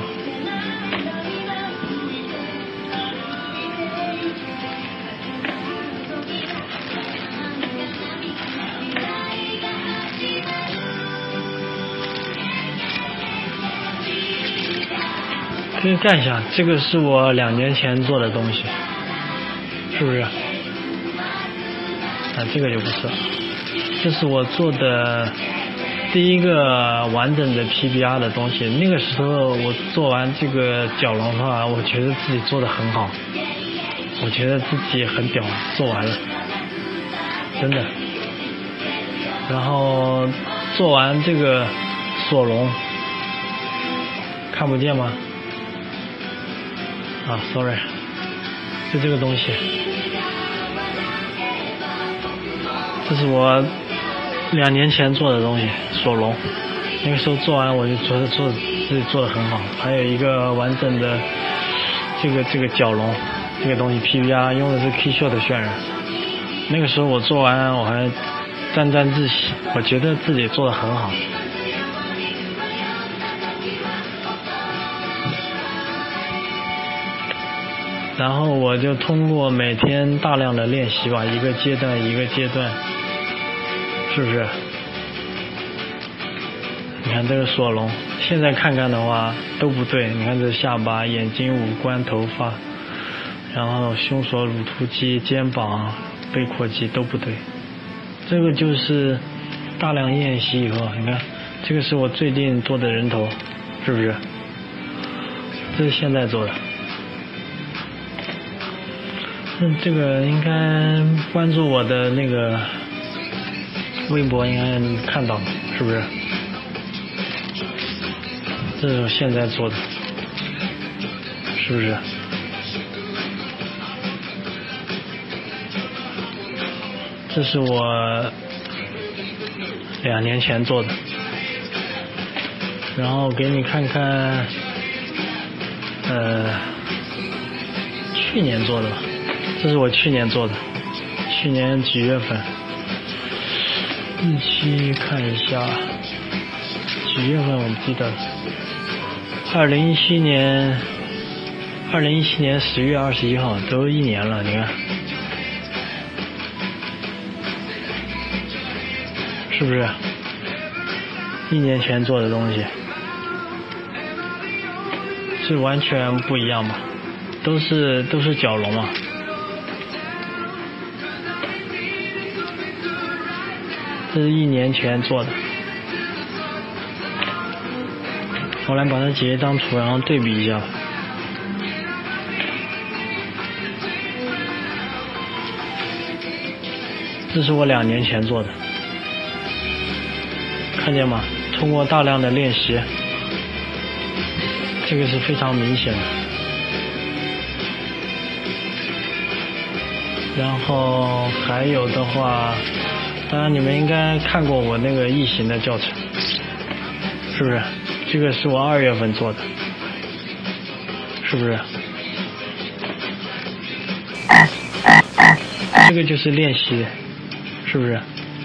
可以看一下，这个是我2年前做的东西，是不是？这个就不是了。这是我做的第一个完整的 PBR 的东西。那个时候我做完这个角龙的话，我觉得自己做的很好，我觉得自己很屌，做完了，真的。然后做完这个索隆，看不见吗？sorry， 就这个东西，这是我2年前做的东西，索隆。那个时候做完我就觉得自己做的很好。还有一个完整的这个角龙，这个东西 PBR 用的是 Keyshot 的渲染。那个时候我做完我还沾自喜，我觉得自己做的很好。然后我就通过每天大量的练习吧，一个阶段一个阶段，是不是？你看这个索隆，现在看看的话都不对。你看这下巴、眼睛、五官、头发，然后胸锁、乳突肌、肩膀、背阔肌都不对。这个就是大量练习以后，你看这个是我最近做的人头，是不是？这是现在做的。这个应该关注我的那个微博应该看到，是不是？这是我现在做的，是不是？这是我2年前做的，然后给你看看，去年做的吧。这是我去年做的，去年几月份？日期看一下，几月份我不记得了。2017年10月21号，都1年了，你看，是不是？1年前做的东西，是完全不一样嘛？都是角龙嘛。这是1年前做的，我来把它截一张图，然后对比一下。这是我2年前做的，看见吗？通过大量的练习，这个是非常明显的。然后还有的话，当然你们应该看过我那个异形的教程，是不是？这个是我2月份做的，是不是？这个就是练习，是不是？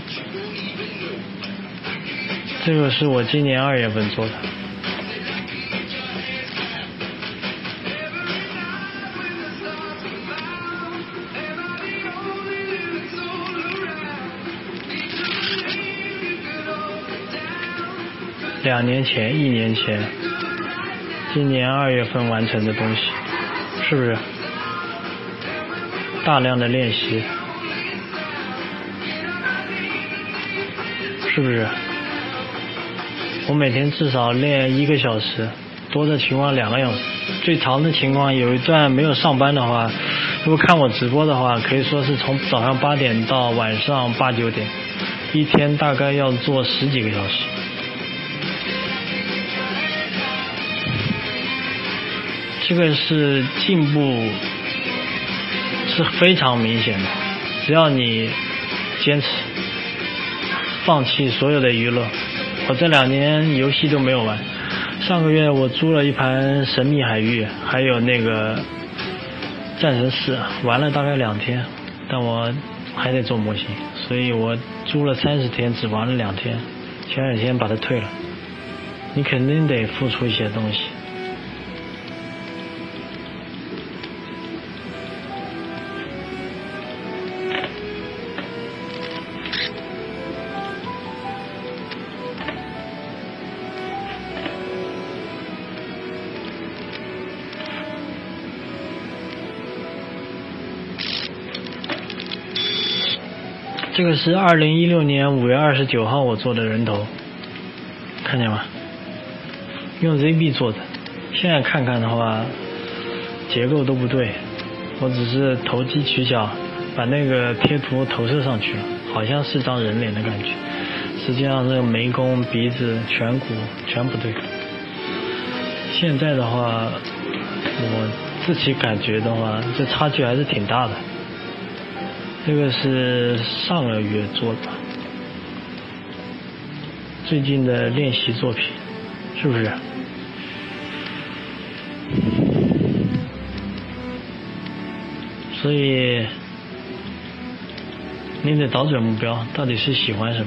这个是我今年2月份做的。2年前、1年前，今年2月份完成的东西，是不是？大量的练习，是不是？我每天至少练1个小时，多的情况2个小时，最长的情况有一段没有上班的话，如果看我直播的话，可以说是从早上8点到晚上8、9点，一天大概要做10几个小时。这个是进步是非常明显的，只要你坚持，放弃所有的娱乐。我这2年游戏都没有玩。上个月我租了一盘神秘海域，还有那个战神4，玩了大概2天，但我还得做模型，所以我租了30天，只玩了2天，前2天把它退了。你肯定得付出一些东西。这个是2016年5月29号我做的人头，看见吗？用 ZB 做的。现在看看的话，结构都不对，我只是投机取巧，把那个贴图投射上去了，好像是张人脸的感觉，实际上这个眉弓、鼻子、颧骨全不对。现在的话，我自己感觉的话，这差距还是挺大的。这个是上个月做的，最近的练习作品，是不是？所以你得找准目标，到底是喜欢什么？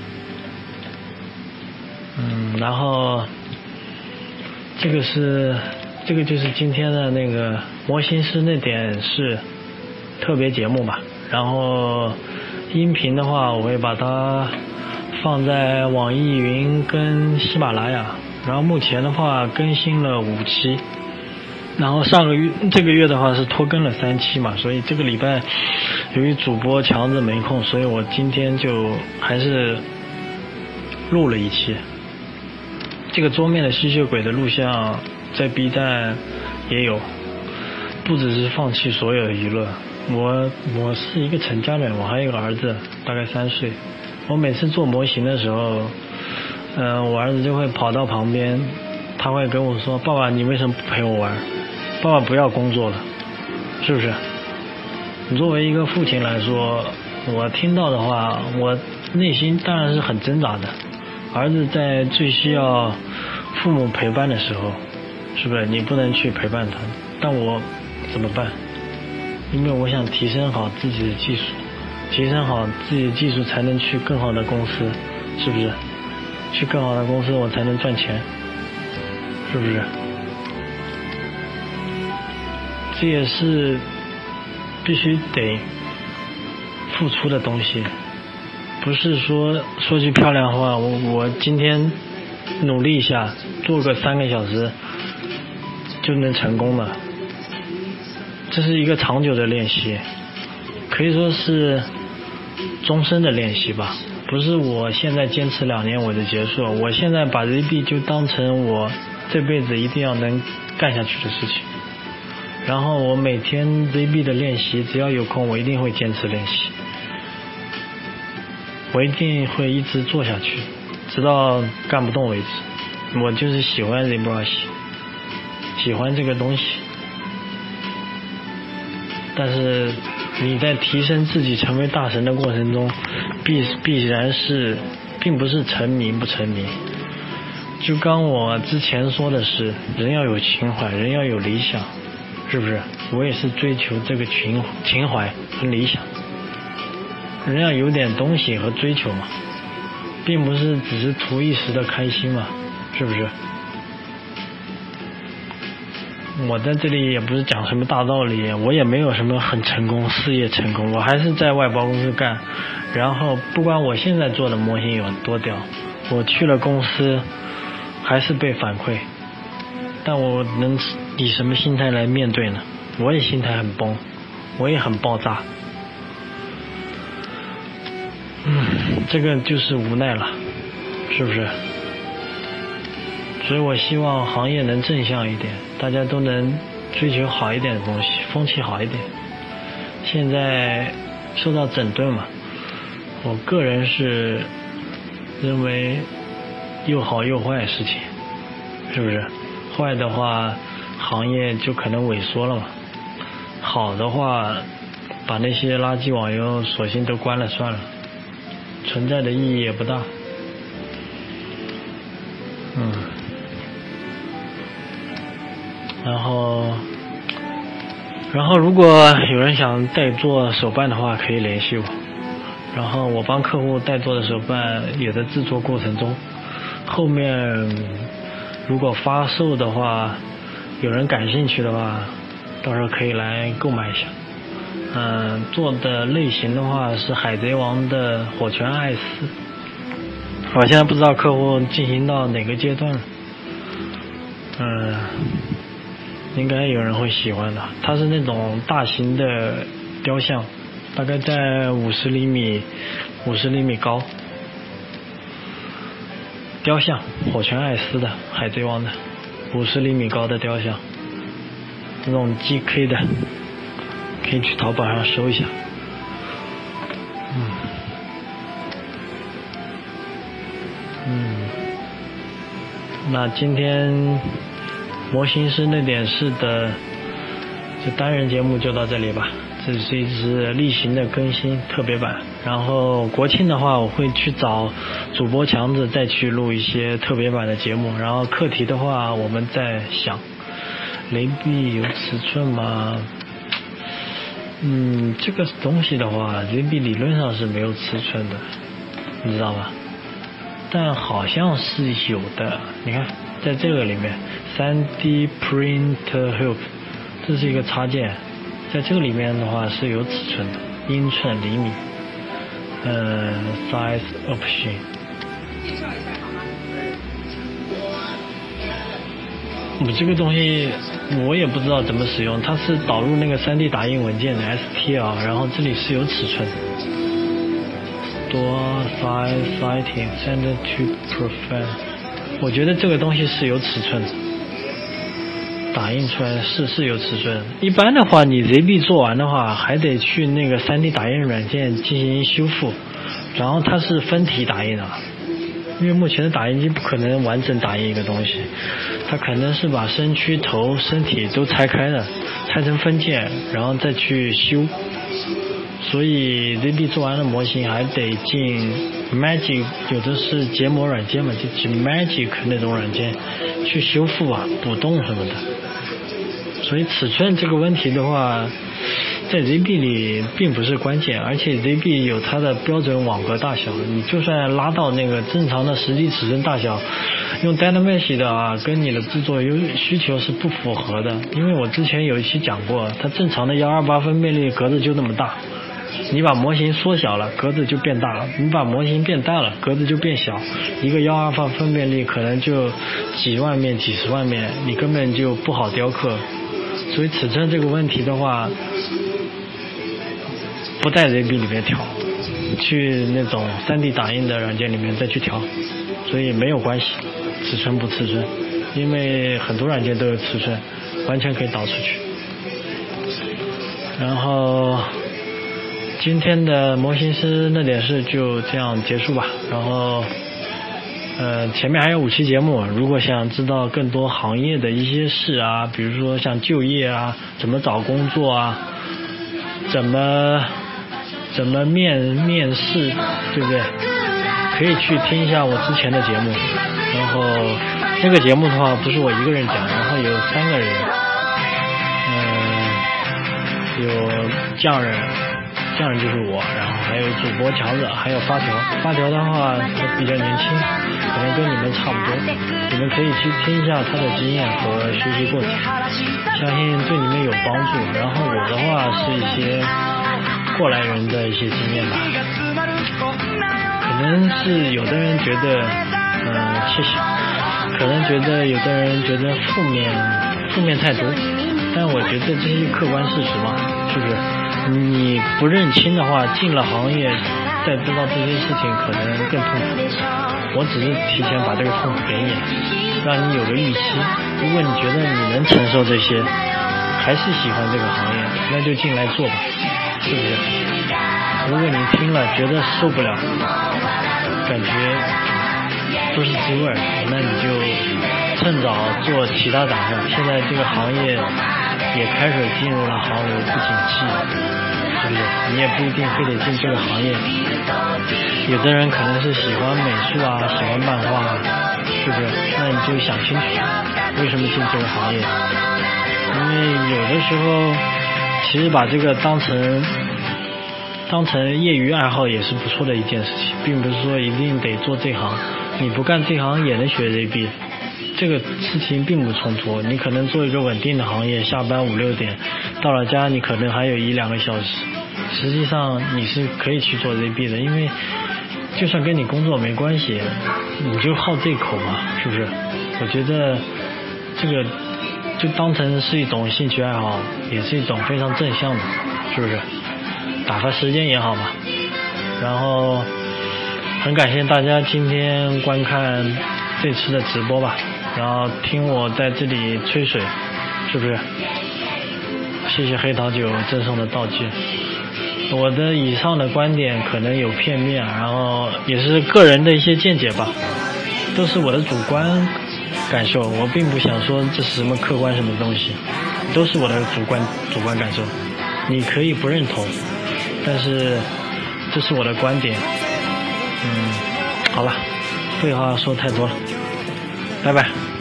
然后这个就是今天的那个模型师那点是特别节目吧。然后音频的话，我会把它放在网易云跟喜马拉雅。然后目前的话更新了5期，然后这个月的话是拖更了3期嘛，所以这个礼拜由于主播强制没空，所以我今天就还是录了1期。这个桌面的吸血鬼的录像在 B 站也有，不只是放弃所有的娱乐。我是一个成家人，我还有一个儿子，大概3岁。我每次做模型的时候，我儿子就会跑到旁边，他会跟我说：“爸爸，你为什么不陪我玩？爸爸不要工作了，是不是？”你作为一个父亲来说，我听到的话，我内心当然是很挣扎的。儿子在最需要父母陪伴的时候，是不是你不能去陪伴他？但我怎么办？因为我想提升好自己的技术，提升好自己的技术才能去更好的公司，是不是？去更好的公司我才能赚钱，是不是？这也是必须得付出的东西，不是说句漂亮话，我今天努力一下，做个3个小时就能成功了。这是一个长久的练习，可以说是终身的练习吧。不是我现在坚持2年我就结束，我现在把 ZB 就当成我这辈子一定要能干下去的事情。然后我每天 ZB 的练习，只要有空我一定会坚持练习，我一定会一直做下去，直到干不动为止。我就是喜欢 ZBrush， 喜欢这个东西。但是你在提升自己成为大神的过程中，必然是并不是成名不成名。就刚我之前说的是，人要有情怀，人要有理想，是不是？我也是追求这个情怀和理想。人要有点东西和追求嘛，并不是只是图一时的开心嘛，是不是？我在这里也不是讲什么大道理，我也没有什么很成功事业成功，我还是在外包公司干。然后不管我现在做的模型有多屌，我去了公司还是被反馈，但我能以什么心态来面对呢？我也心态很崩，我也很爆炸。这个就是无奈了，是不是？所以我希望行业能正向一点，大家都能追求好一点的东西，风气好一点。现在受到整顿嘛，我个人是认为又好又坏的事情，是不是？坏的话行业就可能萎缩了嘛，好的话把那些垃圾网游索性都关了算了， 存在的意义也不大。然后如果有人想代做手办的话，可以联系我。然后我帮客户代做的手办也在制作过程中，后面如果发售的话，有人感兴趣的话，到时候可以来购买一下。做的类型的话是海贼王的火拳艾斯，我现在不知道客户进行到哪个阶段了。应该有人会喜欢的。它是那种大型的雕像，大概在50厘米高。雕像，火拳艾斯的，海贼王的，50厘米高的雕像，这种 GK 的，可以去淘宝上搜一下。那今天模型师那点事的这单人节目就到这里吧。这是一支例行的更新特别版，然后国庆的话我会去找主播强子再去录一些特别版的节目，然后课题的话我们在想，雷碧有尺寸吗？这个东西的话雷碧理论上是没有尺寸的，你知道吧？但好像是有的，你看在这个里面 3D Printer Help 这是一个插件，在这个里面的话是有尺寸的，英寸厘米size option。 介绍一下好吗？ 我这个东西我也不知道怎么使用，它是导入那个 3D 打印文件的 STL， 然后这里是有尺寸多 size lighting send to profile， 我觉得这个东西是有尺寸的，打印出来是有尺寸。一般的话你 ZB 做完的话还得去那个 3D 打印软件进行修复，然后它是分体打印的，因为目前的打印机不可能完整打印一个东西，它可能是把身躯头身体都拆开的，拆成分件然后再去修，所以 ZB 做完了模型还得进 Magic， 有的是结模软件嘛，就进 Magic 那种软件去修复啊补洞什么的。所以尺寸这个问题的话在 ZB 里并不是关键，而且 ZB 有它的标准网格大小，你就算拉到那个正常的实际尺寸大小，用 Dynamesh 的啊跟你的制作需求是不符合的。因为我之前有一期讲过，它正常的128分辨率格子就那么大，你把模型缩小了格子就变大了，你把模型变大了格子就变小，一个128分辨率可能就几万面几十万面，你根本就不好雕刻。所以尺寸这个问题的话不在 ZB 里面调，去那种 3D 打印的软件里面再去调，所以没有关系尺寸不尺寸，因为很多软件都有尺寸，完全可以导出去。然后今天的模型师那点事就这样结束吧。然后前面还有5期节目，如果想知道更多行业的一些事啊，比如说像就业啊，怎么找工作啊，怎么面试，对不对？可以去听一下我之前的节目。然后那个节目的话不是我一个人讲，然后有3个人，有匠人就是我，然后还有主播强子，还有发条的话他比较年轻，可能跟你们差不多，你们可以去听一下他的经验和学习过程，相信对你们有帮助。然后我的话是一些过来人的一些经验吧，可能是有的人觉得谢谢，可能觉得有的人觉得负面太多，但我觉得这是客观事实嘛，是不是？你不认清的话，进了行业再知道这些事情可能更痛苦。我只是提前把这个痛苦给你，让你有个预期。如果你觉得你能承受这些，还是喜欢这个行业，那就进来做吧，是不是？如果你听了觉得受不了，感觉都是滋味，那你就趁早做其他打算。现在这个行业也开始进入了行流不景气， 是不是？你也不一定非得进这个行业。有的人可能是喜欢美术啊，喜欢漫画啊，是不是？那你就想清楚为什么进这个行业。因为有的时候其实把这个当成业余爱好也是不错的一件事情，并不是说一定得做这行，你不干这行也能学 ZB， 这个事情并不冲突。你可能做一个稳定的行业，下班5、6点到了家，你可能还有1、2个小时，实际上你是可以去做 ZB 的，因为就算跟你工作没关系，你就好这口嘛，是不是？我觉得这个就当成是一种兴趣爱好，也是一种非常正向的，是不是？打发时间也好嘛。然后很感谢大家今天观看这次的直播吧，然后听我在这里吹水，是不是？谢谢黑桃酒赠送的道具。我的以上的观点可能有片面，然后也是个人的一些见解吧，都是我的主观感受，我并不想说这是什么客观什么东西，都是我的主观感受，你可以不认同，但是这是我的观点。好了，废话说太多了，拜拜。